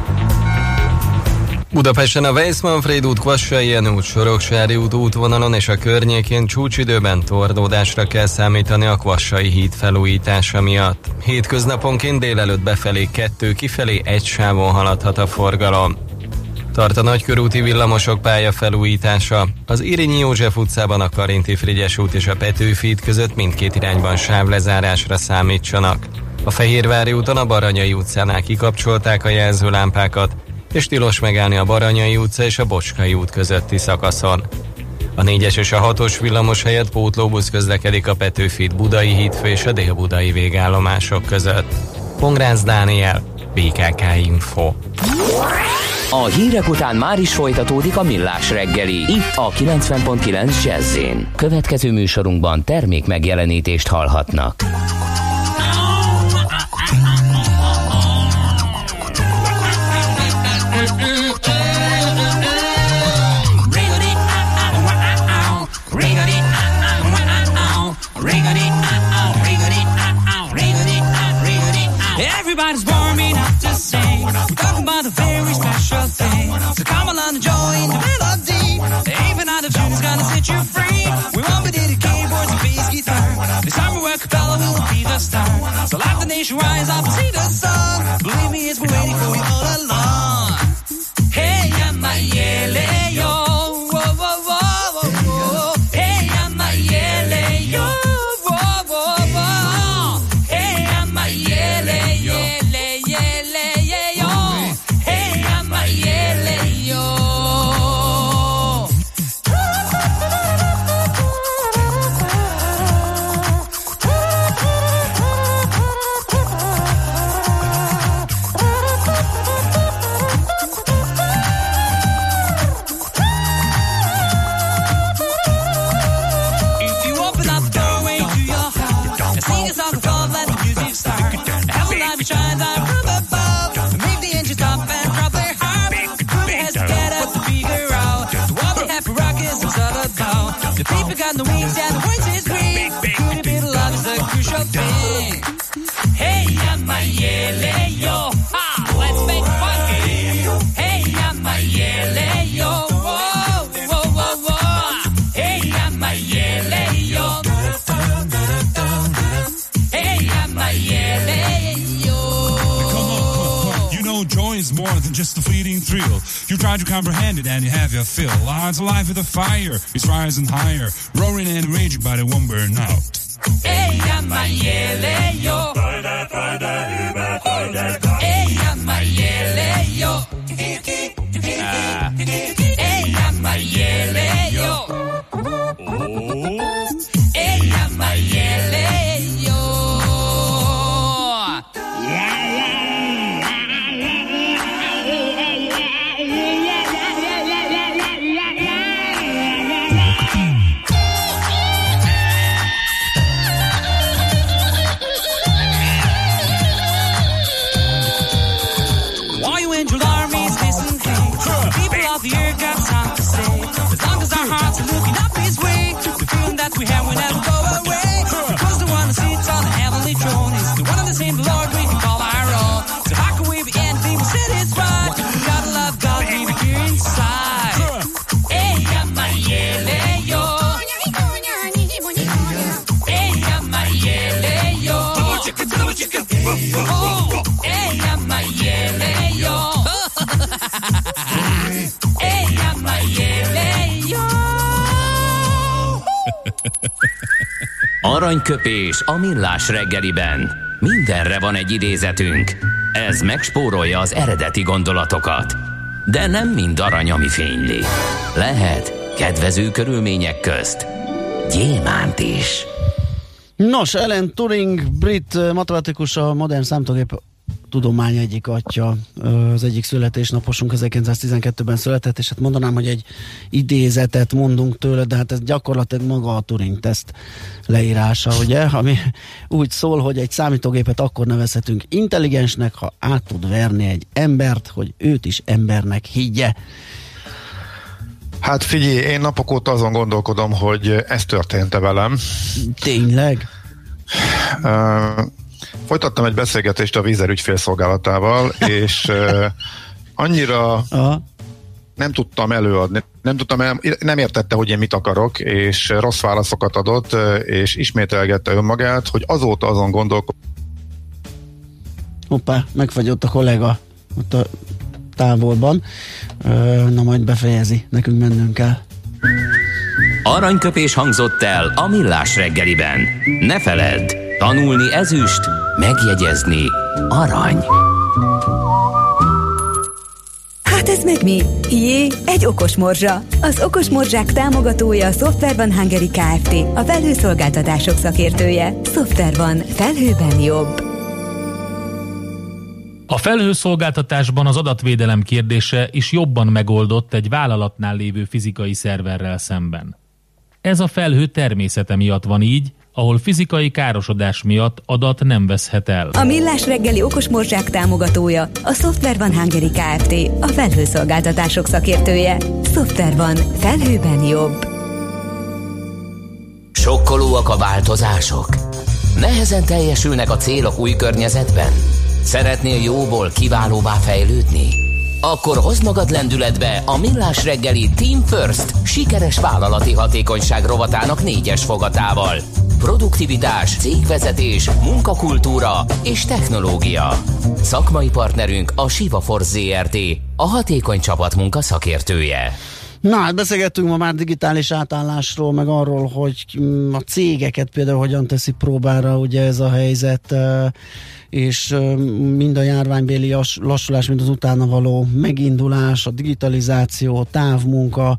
Speaker 7: Budapesten a Weiss-Manfréd út, Kvassai Jenő út, Soroksári út útvonalon és a környékén csúcsidőben torlódásra kell számítani a Kvassai híd felújítása miatt. Hétköznaponként délelőtt befelé 2, kifelé 1 sávon haladhat a forgalom. Tart a nagykörúti villamosok pályafelújítása. Az Irinyi József utcában a Karinti Frigyes út és a Petőfi híd között mindkét irányban sávlezárásra számítsanak. A Fehérvári úton a Baranyai utcánál kikapcsolták a jelzőlámpákat, és tilos megállni a Baranyai utca és a Bocskai út közötti szakaszon. A 4-es és a 6-os villamos helyett pótlóbusz közlekedik a Petőfi híd Budai hídfő és a Dél-Budai végállomások között. Pongrácz Dániel, BKK Info.
Speaker 1: A hírek után már is folytatódik a Millás reggeli, itt a 90.9 Jazz-én. Következő műsorunkban termék megjelenítést hallhatnak.
Speaker 8: Everybody's warming up to sing. We're talking about a very special thing. So come along and join the melody. Even out of tune is gonna set you free. We won't be the keyboards and bass guitar. This summer where Capella will be the star. So let the nation rise up and see the sun. Believe me, it's been waiting for you all along. Hey, yo. Whoa, whoa, whoa, whoa. Hey, yo. The people got the wings and the voice is free. Good bit of love is a crucial thing. Hey, yo. Let's make it funky. Hey, yo. Whoa. Hey, yo. Hey, yo.
Speaker 9: Come on. You know joy is more than just a fleeting thrill. You try to comprehend it and you have your fill. Hearts alive with a fire, it's rising higher, roaring and raging, but it won't burn out.
Speaker 8: Hey, yo. Hey, yo. Hey, yo. We have will never go away. Because the one who sits on the heavenly throne is the one and the same Lord we can call our own. So how can we be anything but satisfied? We gotta love God deep here inside. Hey, yo. Hey, yo. Oh, hey, yo. Hey, yo.
Speaker 1: Aranyköpés a Millás reggeliben. Mindenre van egy idézetünk. Ez megspórolja az eredeti gondolatokat. De nem mind arany, ami fényli. Lehet kedvező körülmények közt gyémánt is.
Speaker 2: Nos, Alan Turing, brit matematikus, a modern számítógép tudomány egyik atya, az egyik születésnaposunk 1912-ben született, és hát mondanám, hogy egy idézetet mondunk tőle, de hát ez gyakorlatilag maga a Turing-teszt leírása, ugye, ami úgy szól, hogy egy számítógépet akkor nevezhetünk intelligensnek, ha át tud verni egy embert, hogy őt is embernek higgye.
Speaker 3: Hát figyelj, én napok óta azon gondolkodom, hogy ez történt-e velem.
Speaker 2: Tényleg?
Speaker 3: Folytattam egy beszélgetést a Vízer ügyfélszolgálatával, és annyira nem tudtam előadni, nem értette, hogy én mit akarok, és rossz válaszokat adott, és ismételgette önmagát, hogy azóta azon gondolkodom.
Speaker 2: Hoppá, megfagyott a kollega. Ott a távolban. Na majd befejezi, nekünk mennünk kell.
Speaker 1: Aranyköpés hangzott el a Millás reggeliben. Ne feledd, tanulni ezüst, megjegyezni arany.
Speaker 10: Hát ez meg mi? Jé, egy okos morzsa. Az okos morzsák támogatója a Software One Hungary Kft. A felhőszolgáltatások szakértője. Software One. Felhőben jobb.
Speaker 11: A felhőszolgáltatásban az adatvédelem kérdése is jobban megoldott egy vállalatnál lévő fizikai szerverrel szemben. Ez a felhő természete miatt van így, ahol fizikai károsodás miatt adat nem veszhet el.
Speaker 10: A Millás reggeli okos morzsák támogatója a Software One Hungary Kft. A felhőszolgáltatások szakértője. Software One. Felhőben jobb.
Speaker 1: Sokkolóak a változások? Nehezen teljesülnek a célok új környezetben? Szeretnél jóból kiválóvá fejlődni? Akkor hozd magad lendületbe a Millás reggeli Team First sikeres vállalati hatékonyság rovatának 4-es fogatával. Produktivitás, cégvezetés, munkakultúra és technológia. Szakmai partnerünk a Siva Force Zrt., a hatékony csapatmunka szakértője.
Speaker 2: Na, hát beszélgettünk ma már digitális átállásról, meg arról, hogy a cégeket például hogyan teszi próbára ugye ez a helyzet, és mind a járványbéli lassulás, mind az utána való megindulás, a digitalizáció, a távmunka,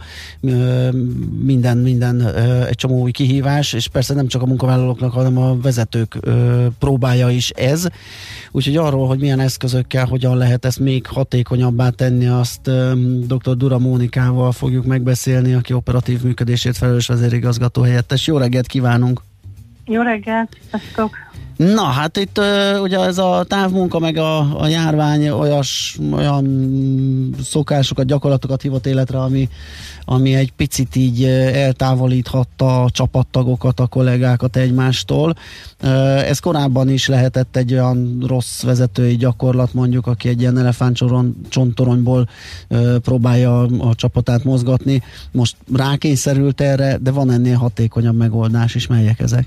Speaker 2: minden egy csomó új kihívás, és persze nem csak a munkavállalóknak, hanem a vezetők próbája is ez. Úgyhogy arról, hogy milyen eszközökkel, hogyan lehet ezt még hatékonyabbá tenni, azt dr. Dura Mónikával fogjuk megbeszélni, aki operatív működését felelős vezérigazgató helyettes. Jó reggelt kívánunk!
Speaker 12: Jó reggelt, sziasztok!
Speaker 2: Na, hát itt ugye ez a távmunka meg a járvány olyan szokásokat, gyakorlatokat hívott életre, ami egy picit így eltávolíthatta a csapattagokat, a kollégákat egymástól. Ez korábban is lehetett egy olyan rossz vezetői gyakorlat, mondjuk, aki egy ilyen elefántcsontoronyból próbálja a csapatát mozgatni. Most rákényszerült erre, de van ennél hatékonyabb megoldás is. Melyek ezek?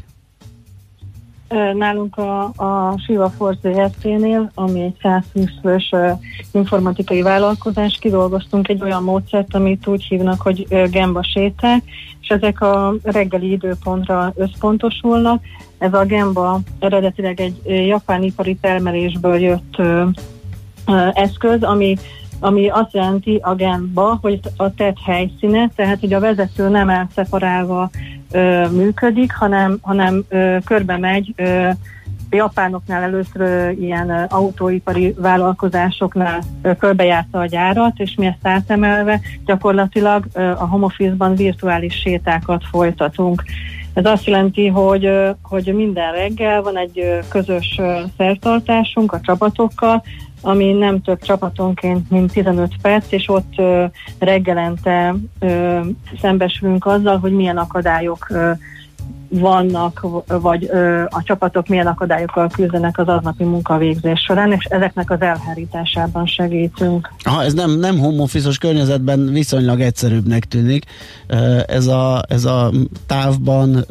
Speaker 12: Nálunk a Siva Force Zrt-nél, ami egy 120 fős informatikai vállalkozás, kidolgoztunk egy olyan módszert, amit úgy hívnak, hogy Gemba séták, és ezek a reggeli időpontra összpontosulnak. Ez a Gemba eredetileg egy japán ipari termelésből jött eszköz, ami azt jelenti a Gemba, hogy a tett helyszíne, tehát hogy a vezető nem elszeparálva működik, hanem körbe megy. Japánoknál először ilyen autóipari vállalkozásoknál körbejárta a gyárat, és mi ezt átemelve gyakorlatilag a home office-ban virtuális sétákat folytatunk. Ez azt jelenti, hogy minden reggel van egy közös szertartásunk a csapatokkal, ami nem több csapatonként, mint 15 perc, és ott reggelente szembesülünk azzal, hogy milyen akadályok vannak, vagy a csapatok milyen akadályokkal küzdenek az aznapi munkavégzés során, és ezeknek az elhárításában segítünk.
Speaker 2: Ez nem home office-os környezetben viszonylag egyszerűbbnek tűnik. Ez a távban,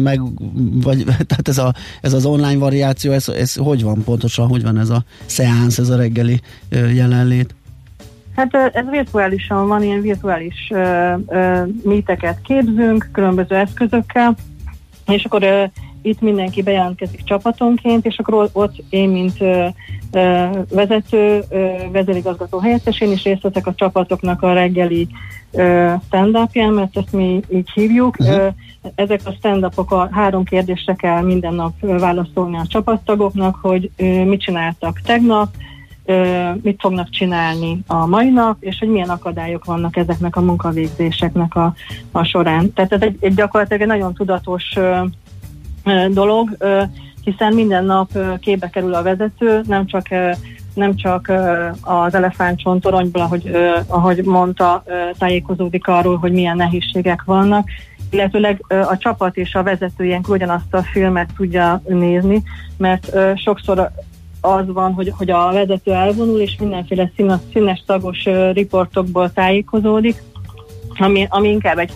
Speaker 2: tehát ez az online variáció, ez hogy van pontosan, hogy van ez a szeánsz, ez a reggeli jelenlét?
Speaker 12: Hát ez virtuálisan van, ilyen virtuális meeteket képzünk, különböző eszközökkel, és akkor itt mindenki bejelentkezik csapatonként, és akkor ott én, mint vezető, vezérigazgató helyettes, én is részt veszek a csapatoknak a reggeli stand-upján, mert ezt mi így hívjuk. Ezek a stand-upok 3 kérdésre kell minden nap válaszolni a csapattagoknak, hogy mit csináltak tegnap, mit fognak csinálni a mai nap, és hogy milyen akadályok vannak ezeknek a munkavégzéseknek a során. Tehát ez egy gyakorlatilag egy nagyon tudatos dolog, hiszen minden nap képbe kerül a vezető, nem csak az elefántcsontoronyból, ahogy mondta, tájékozódik arról, hogy milyen nehézségek vannak, illetőleg a csapat és a vezető ilyenkor ugyanazt a filmet tudja nézni, mert sokszor az van, hogy a vezető elvonul, és mindenféle színes tagos riportokból tájékozódik, ami inkább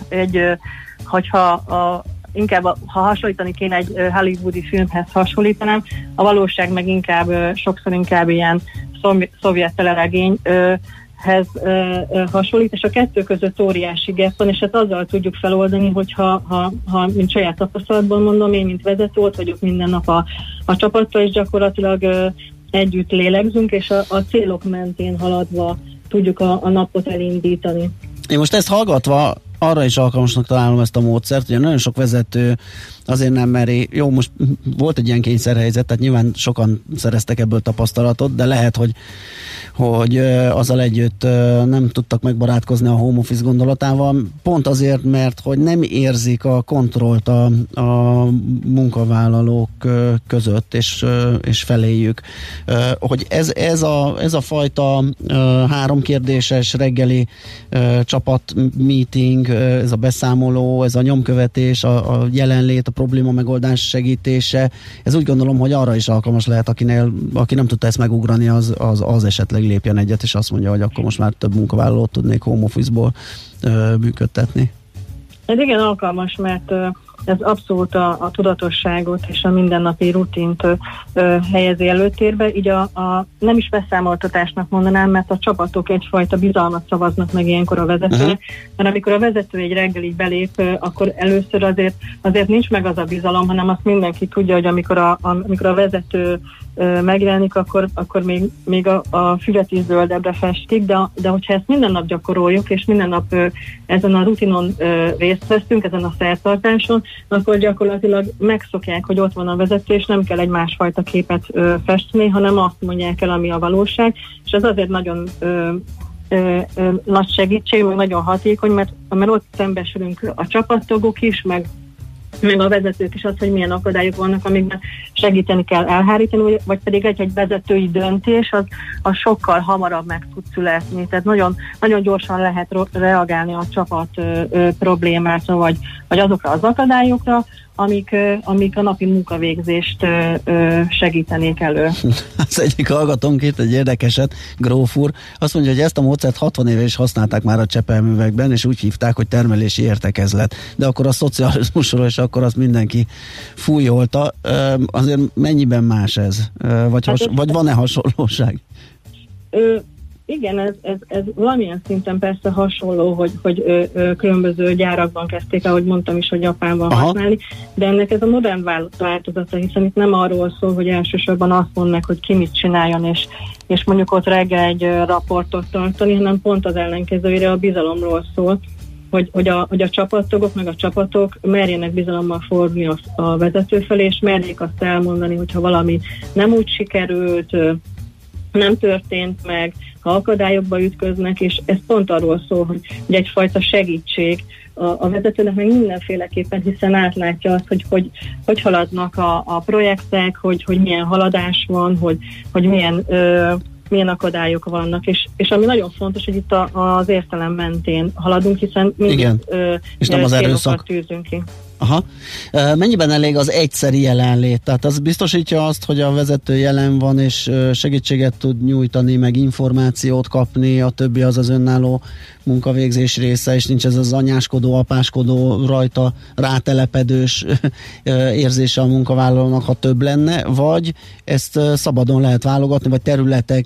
Speaker 12: ha hasonlítani kéne egy hollywoodi filmhez hasonlítanám, a valóság meg sokszor inkább ilyen szovjet teleregény, hasonlít, és a kettő között óriási gap van, és hát azzal tudjuk feloldani, hogyha mint saját tapasztalatban mondom, én mint vezető ott vagyok minden nap a csapattal, és gyakorlatilag együtt lélegzünk, és a célok mentén haladva tudjuk a napot elindítani.
Speaker 2: Én most ezt hallgatva arra is alkalmasnak találom ezt a módszert, ugye nagyon sok vezető azért nem meri, jó, most volt egy ilyen kényszerhelyzet, tehát nyilván sokan szereztek ebből tapasztalatot, de lehet, hogy azzal együtt nem tudtak megbarátkozni a home office gondolatával, pont azért, mert hogy nem érzik a kontrollt a munkavállalók között és feléjük. Hogy ez a fajta 3 kérdéses reggeli csapat meeting, ez a beszámoló, ez a nyomkövetés, a jelenlét, a probléma megoldás segítése, ez úgy gondolom, hogy arra is alkalmas lehet, aki nem tudta ezt megugrani, az esetleg lépjen egyet, és azt mondja, hogy akkor most már több munkavállalót tudnék home office-ból működtetni.
Speaker 12: Ez igen alkalmas, mert ez abszolút a tudatosságot és a mindennapi rutint helyezi előtérbe, így a nem is beszámoltatásnak mondanám, mert a csapatok egyfajta bizalmat szavaznak meg ilyenkor a vezetőnek, mert amikor a vezető egy reggel így belép, akkor először azért nincs meg az a bizalom, hanem azt mindenki tudja, hogy amikor a vezető megjelenik, akkor még a fület is zöldebbre festik, de hogyha ezt minden nap gyakoroljuk, és minden nap ezen a rutinon részt veszünk, ezen a szertartáson, akkor gyakorlatilag megszokják, hogy ott van a vezető, és nem kell egy másfajta képet festeni, hanem azt mondják el, ami a valóság, és ez azért nagyon nagy segítség, meg nagyon hatékony, mert ott szembesülünk a csapattagok is, meg a vezetők is az, hogy milyen akadályok vannak, amikben segíteni kell elhárítani, vagy pedig egy vezetői döntés, az sokkal hamarabb meg tud születni. Tehát nagyon, nagyon gyorsan lehet reagálni a csapat problémákra, vagy azokra az akadályokra, amik a napi munkavégzést segítenék elő.
Speaker 2: Az egyik hallgatónk itt egy érdekeset, Gróf úr, azt mondja, hogy ezt a módszert 60 éve is használták már a csepelművekben, és úgy hívták, hogy termelési értekezlet. De akkor a szocializmusról, és akkor azt mindenki fújolta. Azért mennyiben más ez? Vagy van-e hasonlóság?
Speaker 12: Igen, ez valamilyen szinten persze hasonló, hogy különböző gyárakban kezdték, ahogy mondtam is, hogy Japánban használni, de ennek ez a modern változata, hiszen itt nem arról szól, hogy elsősorban azt mondnak, hogy ki mit csináljon, és mondjuk ott reggel egy raportot tartani, hanem pont az ellenkezőjére a bizalomról szól, hogy a csapattagok meg a csapatok merjenek bizalommal fordulni a vezető felé, és merjék azt elmondani, hogyha valami nem úgy sikerült, nem történt meg, ha akadályokba ütköznek, és ez pont arról szól, hogy egyfajta segítség a vezetőnek meg mindenféleképpen, hiszen átlátja azt, hogy haladnak a projektek, hogy milyen haladás van, hogy milyen akadályok vannak, és ami nagyon fontos, hogy itt az értelem mentén haladunk, hiszen mindig célokat tűzünk ki.
Speaker 2: Aha. Mennyiben elég az egyszeri jelenlét? Tehát az biztosítja azt, hogy a vezető jelen van, és segítséget tud nyújtani, meg információt kapni, a többi az önálló munkavégzés része, és nincs ez az anyáskodó, apáskodó, rajta rátelepedős érzése a munkavállalónak, ha több lenne, vagy ezt szabadon lehet válogatni, vagy területek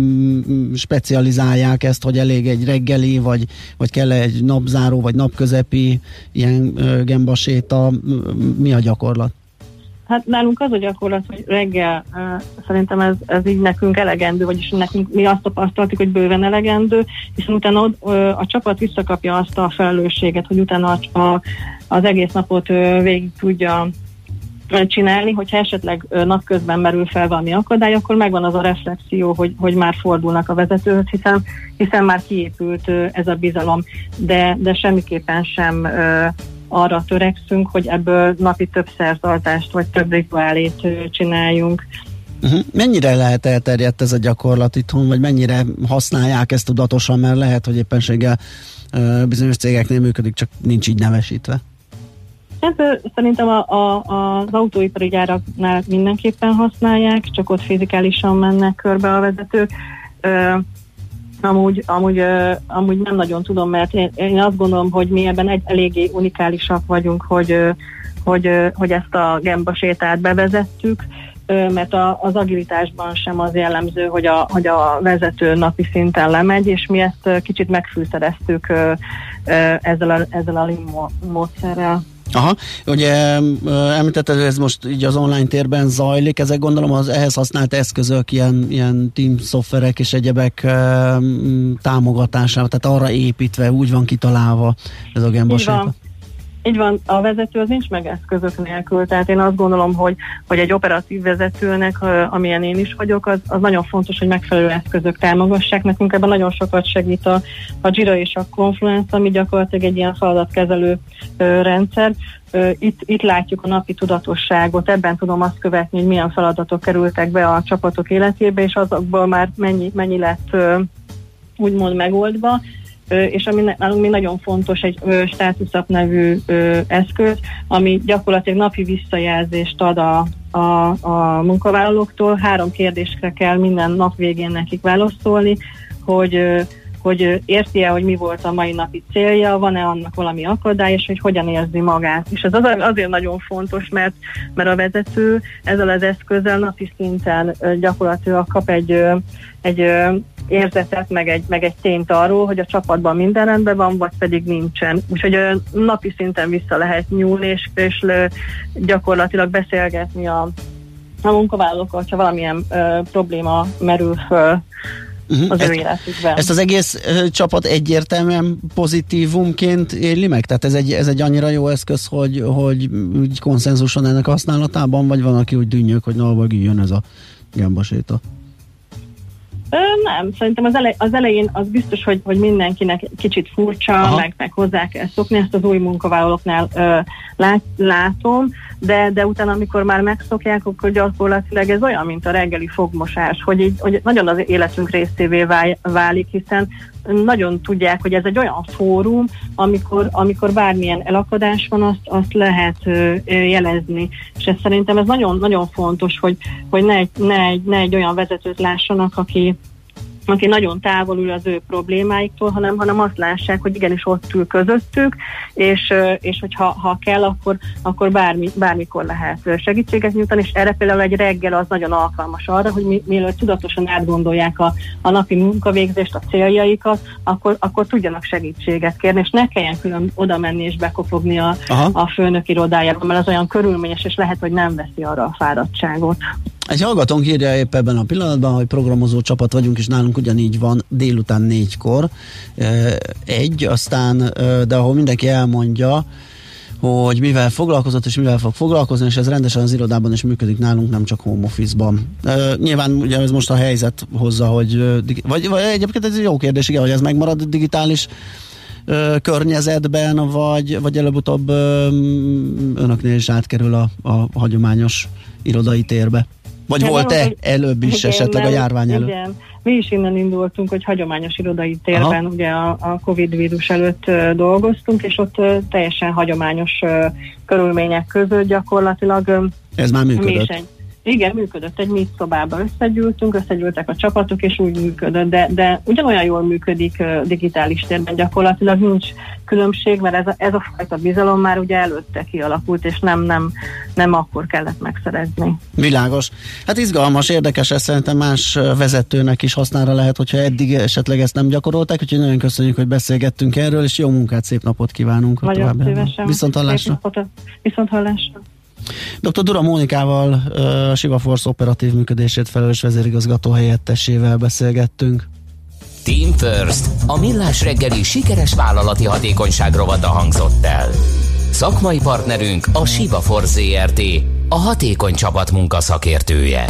Speaker 2: specializálják ezt, hogy elég egy reggeli, vagy kell egy napzáró, vagy napközepi ilyen gembaséta, mi a gyakorlat?
Speaker 12: Hát nálunk az a gyakorlat, hogy reggel szerintem ez így nekünk elegendő, vagyis nekünk mi azt tapasztaltuk, hogy bőven elegendő, hiszen utána a csapat visszakapja azt a felelősséget, hogy utána az egész napot végig tudja csinálni, hogyha esetleg napközben merül fel valami akadály, akkor megvan az a reflexió, hogy már fordulnak a vezetőhöz, hiszen már kiépült ez a bizalom, de semmiképpen sem arra törekszünk, hogy ebből napi több szertartást vagy több rituálét csináljunk.
Speaker 2: Mennyire lehet elterjedt ez a gyakorlat itthon, vagy mennyire használják ezt tudatosan, mert lehet, hogy éppenséggel bizonyos cégeknél működik, csak nincs így nevesítve?
Speaker 12: Hát szerintem az autóipari gyáraknál mindenképpen használják, csak ott fizikálisan mennek körbe a vezetők. Amúgy nem nagyon tudom, mert én azt gondolom, hogy mi ebben eléggé unikálisak vagyunk, hogy ezt a gemba sétát bevezettük, mert az agilitásban sem az jellemző, hogy a vezető napi szinten lemegy, és mi ezt kicsit megfűszereztük ezzel a lean módszerrel.
Speaker 2: Aha, ugye említetted, hogy ez most így az online térben zajlik, ezek gondolom az ehhez használt eszközök, ilyen team szoftverek és egyebek támogatásával, tehát arra építve, úgy van kitalálva ez a Gemba séta.
Speaker 12: Így van, a vezető az nincs meg eszközök nélkül, tehát én azt gondolom, hogy egy operatív vezetőnek, amilyen én is vagyok, az nagyon fontos, hogy megfelelő eszközök támogassák. Nekünk ebben nagyon sokat segít a Jira és a Confluence, ami gyakorlatilag egy ilyen feladatkezelő rendszer. Itt látjuk a napi tudatosságot, ebben tudom azt követni, hogy milyen feladatok kerültek be a csapatok életébe, és azokból már mennyi lett úgymond megoldva. És ami nálunk még nagyon fontos, egy státuszap nevű eszköz, ami gyakorlatilag napi visszajelzést ad a munkavállalóktól. 3 kérdésre kell minden nap végén nekik válaszolni, hogy érti-e, hogy mi volt a mai napi célja, van-e annak valami akadály, és hogy hogyan érzi magát. És ez azért nagyon fontos, mert a vezető ezzel az eszközzel napi szinten gyakorlatilag kap egy érzetet, meg egy tényt arról, hogy a csapatban minden rendben van, vagy pedig nincsen. Úgyhogy napi szinten vissza lehet nyúlni, és gyakorlatilag beszélgetni a munkavállalókkal, ha valamilyen probléma merül föl az ő életükben.
Speaker 2: Ezt az egész csapat egyértelműen pozitívumként éli meg? Tehát ez egy annyira jó eszköz, hogy konszenzus van ennek használatában, vagy van, aki úgy dünnyög, hogy na, vagy jön ez a Gemba séta?
Speaker 12: Nem, szerintem az elején az biztos, hogy mindenkinek kicsit furcsa, meg hozzá kell szokni, ezt az új munkavállalóknál látom, de utána, amikor már megszokják, akkor gyakorlatilag ez olyan, mint a reggeli fogmosás, hogy nagyon az életünk részévé válik, hiszen nagyon tudják, hogy ez egy olyan fórum, amikor bármilyen elakadás van, azt lehet jelezni. És ez szerintem ez nagyon, nagyon fontos, hogy ne egy olyan vezetőt lássanak, aki nagyon távol ül az ő problémáiktól, hanem azt lássák, hogy igenis ott ül közöttük, és hogy ha kell, akkor bármikor lehet segítséget nyújtani, és erre például egy reggel az nagyon alkalmas arra, hogy mielőtt tudatosan átgondolják a napi munkavégzést, a céljaikat, akkor tudjanak segítséget kérni, és ne kelljen külön oda menni és bekopogni a főnök irodájába, mert az olyan körülményes, és lehet, hogy nem veszi arra a fáradtságot.
Speaker 2: Egy hallgatónk írja épp ebben a pillanatban, hogy programozó csapat vagyunk, és nálunk ugyanígy van délután 4-kor aztán, de ahol mindenki elmondja, hogy mivel foglalkozott és mivel fog foglalkozni, és ez rendesen az irodában is működik nálunk, nem csak home office-ban. Nyilván ugye ez most a helyzet hozza, hogy vagy egyébként ez egy jó kérdés, igen, hogy ez megmarad digitális környezetben, vagy előbb-utóbb önöknél is átkerül a hagyományos irodai térbe. Vagy volt-e előbb is esetleg a járvány előtt?
Speaker 12: Igen, mi is innen indultunk, hogy hagyományos irodai térben ugye a Covid vírus előtt dolgoztunk, és ott teljesen hagyományos körülmények között gyakorlatilag.
Speaker 2: Ez már működött?
Speaker 12: Igen, működött. Egy meet szobába összegyűltek a csapatok, és úgy működött, de ugyanolyan jól működik digitális térben, gyakorlatilag nincs különbség, mert ez a fajta bizalom már ugye előtte kialakult, és nem akkor kellett megszerezni.
Speaker 2: Világos. Hát izgalmas, érdekes, ez szerintem más vezetőnek is hasznára lehet, hogyha eddig esetleg ezt nem gyakorolták, úgyhogy nagyon köszönjük, hogy beszélgettünk erről, és jó munkát, szép napot kívánunk.
Speaker 12: Nagyon szívesen.
Speaker 2: Viszonthallásra.
Speaker 12: Viszonthallásra.
Speaker 2: Dr. Dura Mónikával, a Siva Force operatív működését felelős vezérigazgató helyettesével beszélgettünk.
Speaker 1: Team First, a millás reggeli sikeres vállalati hatékonyság rovata hangzott el. Szakmai partnerünk a Siva Force ZRT, a hatékony csapatmunka szakértője.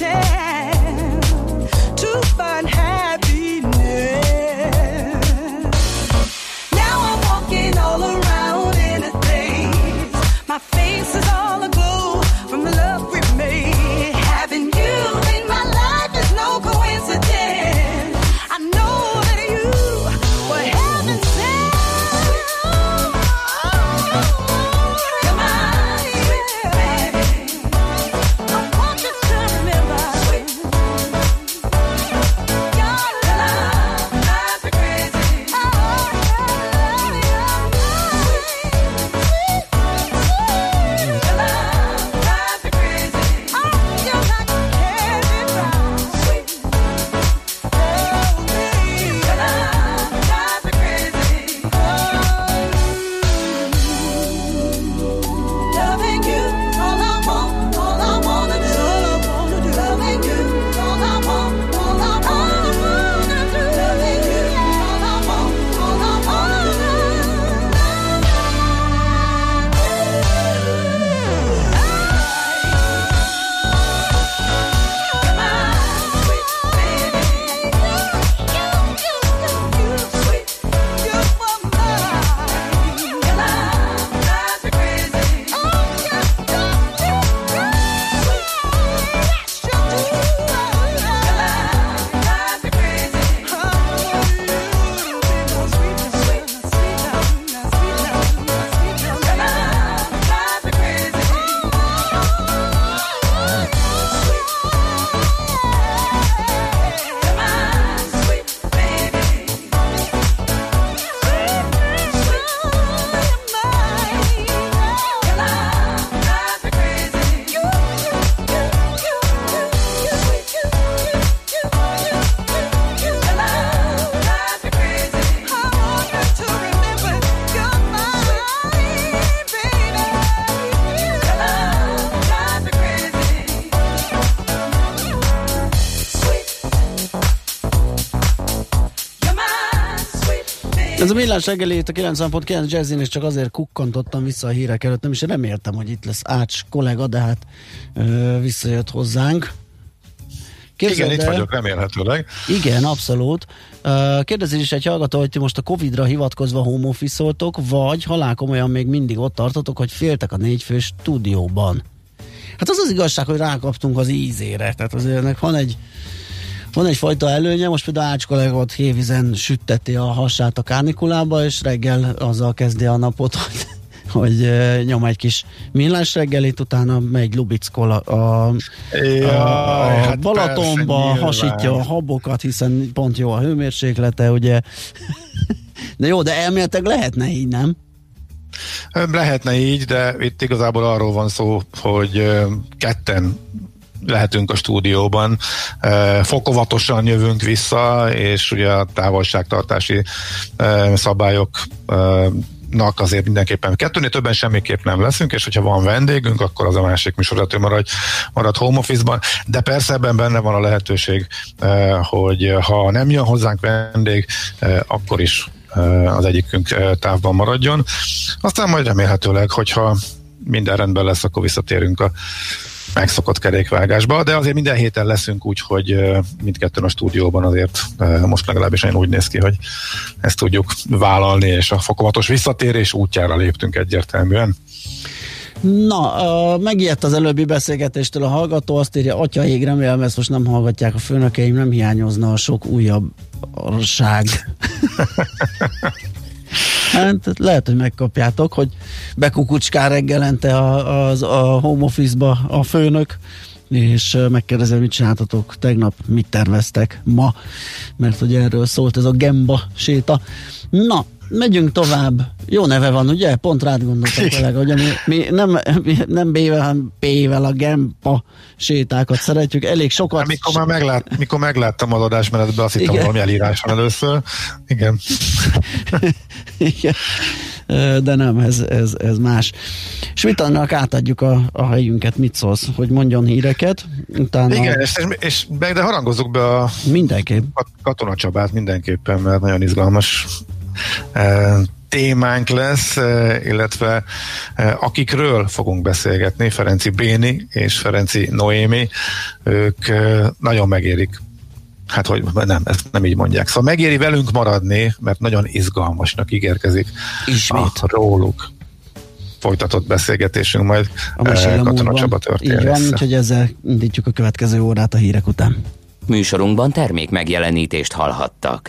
Speaker 5: chance to find happiness. Now I'm walking all around in a daze. My face is all aglow from the love we made. Having you in my life is no coincidence. I know that you were heaven sent. You're my sweet baby. I want you to remember, sweet. Your love drives me crazy. Oh, yeah, sweet, sweet. Your love drives me crazy. Oh, you're like a candy brown, sweet. Oh, me. Your love drives me crazy. Oh, loving you, all I want, all I wanna do. Loving you, all I want, all I wanna do. Loving you, all I want, all I wanna do. You're my sweet baby. You, sweet, you were mine. Your love drives me crazy. Oh, yes, you do. Sweet, yes, you do. Your love drives me crazy. Oh, you be my sweet, sweet, sweet love, my sweet love, my sweet love. Your love drives me crazy. You're my sweet baby.
Speaker 2: Ez a Millás reggeli itt a 90.9 Jazzin, és csak azért kukkantottam vissza a hírek előtt, nem is reméltem, hogy itt lesz Ács kollega, de hát visszajött hozzánk.
Speaker 3: Igen, itt vagyok, remélhetőleg.
Speaker 2: Igen, abszolút. Kérdezi is egy hallgató, hogy ti most a Covid-ra hivatkozva home office-oltok, vagy halálkomolyan még mindig ott tartotok, hogy féltek a 4 fős stúdióban. Hát az az igazság, hogy rákaptunk az ízére, tehát azért ennek van egyfajta előnye, most például Ács kollega ott hévízen sütteti a hasát a kárnikulába, és reggel azzal kezdi a napot, hogy nyom egy kis millás reggelit, utána megy lubickol a Balatonba, hasítja a habokat, hiszen pont jó a hőmérséklete, ugye. De jó, de elméletileg lehetne így, nem?
Speaker 3: Lehetne így, de itt igazából arról van szó, hogy ketten lehetünk a stúdióban, fokozatosan jövünk vissza, és ugye a távolságtartási szabályoknak azért mindenképpen kettőnél többen semmiképp nem leszünk, és hogyha van vendégünk, akkor az a másik műsorvezető marad home office-ban, de persze ebben benne van a lehetőség, hogy ha nem jön hozzánk vendég, akkor is az egyikünk távban maradjon. Aztán majd remélhetőleg, hogyha minden rendben lesz, akkor visszatérünk a megszokott kerékvágásba, de azért minden héten leszünk úgy, hogy mindketten a stúdióban azért most legalábbis én úgy néz ki, hogy ezt tudjuk vállalni, és a fokozatos visszatérés útjára léptünk egyértelműen.
Speaker 2: Na, megijedt az előbbi beszélgetéstől a hallgató, azt írja, atyaég, remélem ezt most nem hallgatják a főnökeim, nem hiányozna a sok újabbság. Hát, lehet, hogy megkapjátok, hogy bekukucskál reggelente a home office-ba a főnök, és megkérdezem, mit csináltatok tegnap, mit terveztek ma, mert hogy erről szólt ez a Gemba séta. Na, megyünk tovább. Jó neve van, ugye? Pont rád gondoltam tényleg, hogy mi nem B-vel, hanem P-vel a Gemba sétákat szeretjük. Elég sokat...
Speaker 3: Mikor megláttam az adásmenetben, azt hittem, valami elírás van először. Igen.
Speaker 2: Igen. De nem, ez más. Svitannak átadjuk a helyünket, mit szólsz, hogy mondjon híreket. Utána...
Speaker 3: Igen, de harangozzuk be a
Speaker 2: mindenképp.
Speaker 3: Katona Csabát mindenképpen, mert nagyon izgalmas témánk lesz, illetve akikről fogunk beszélgetni, Ferenci Béni és Ferenci Noémi, ők nagyon megérik. Hát, hogy nem, ezt nem így mondják. Szóval megéri velünk maradni, mert nagyon izgalmasnak ígérkezik
Speaker 2: ismét
Speaker 3: róluk folytatott beszélgetésünk majd Katona Csaba történésszel.
Speaker 2: Így van, úgyhogy ezzel indítjuk a következő órát a hírek után.
Speaker 1: Műsorunkban termék megjelenítést hallhattak.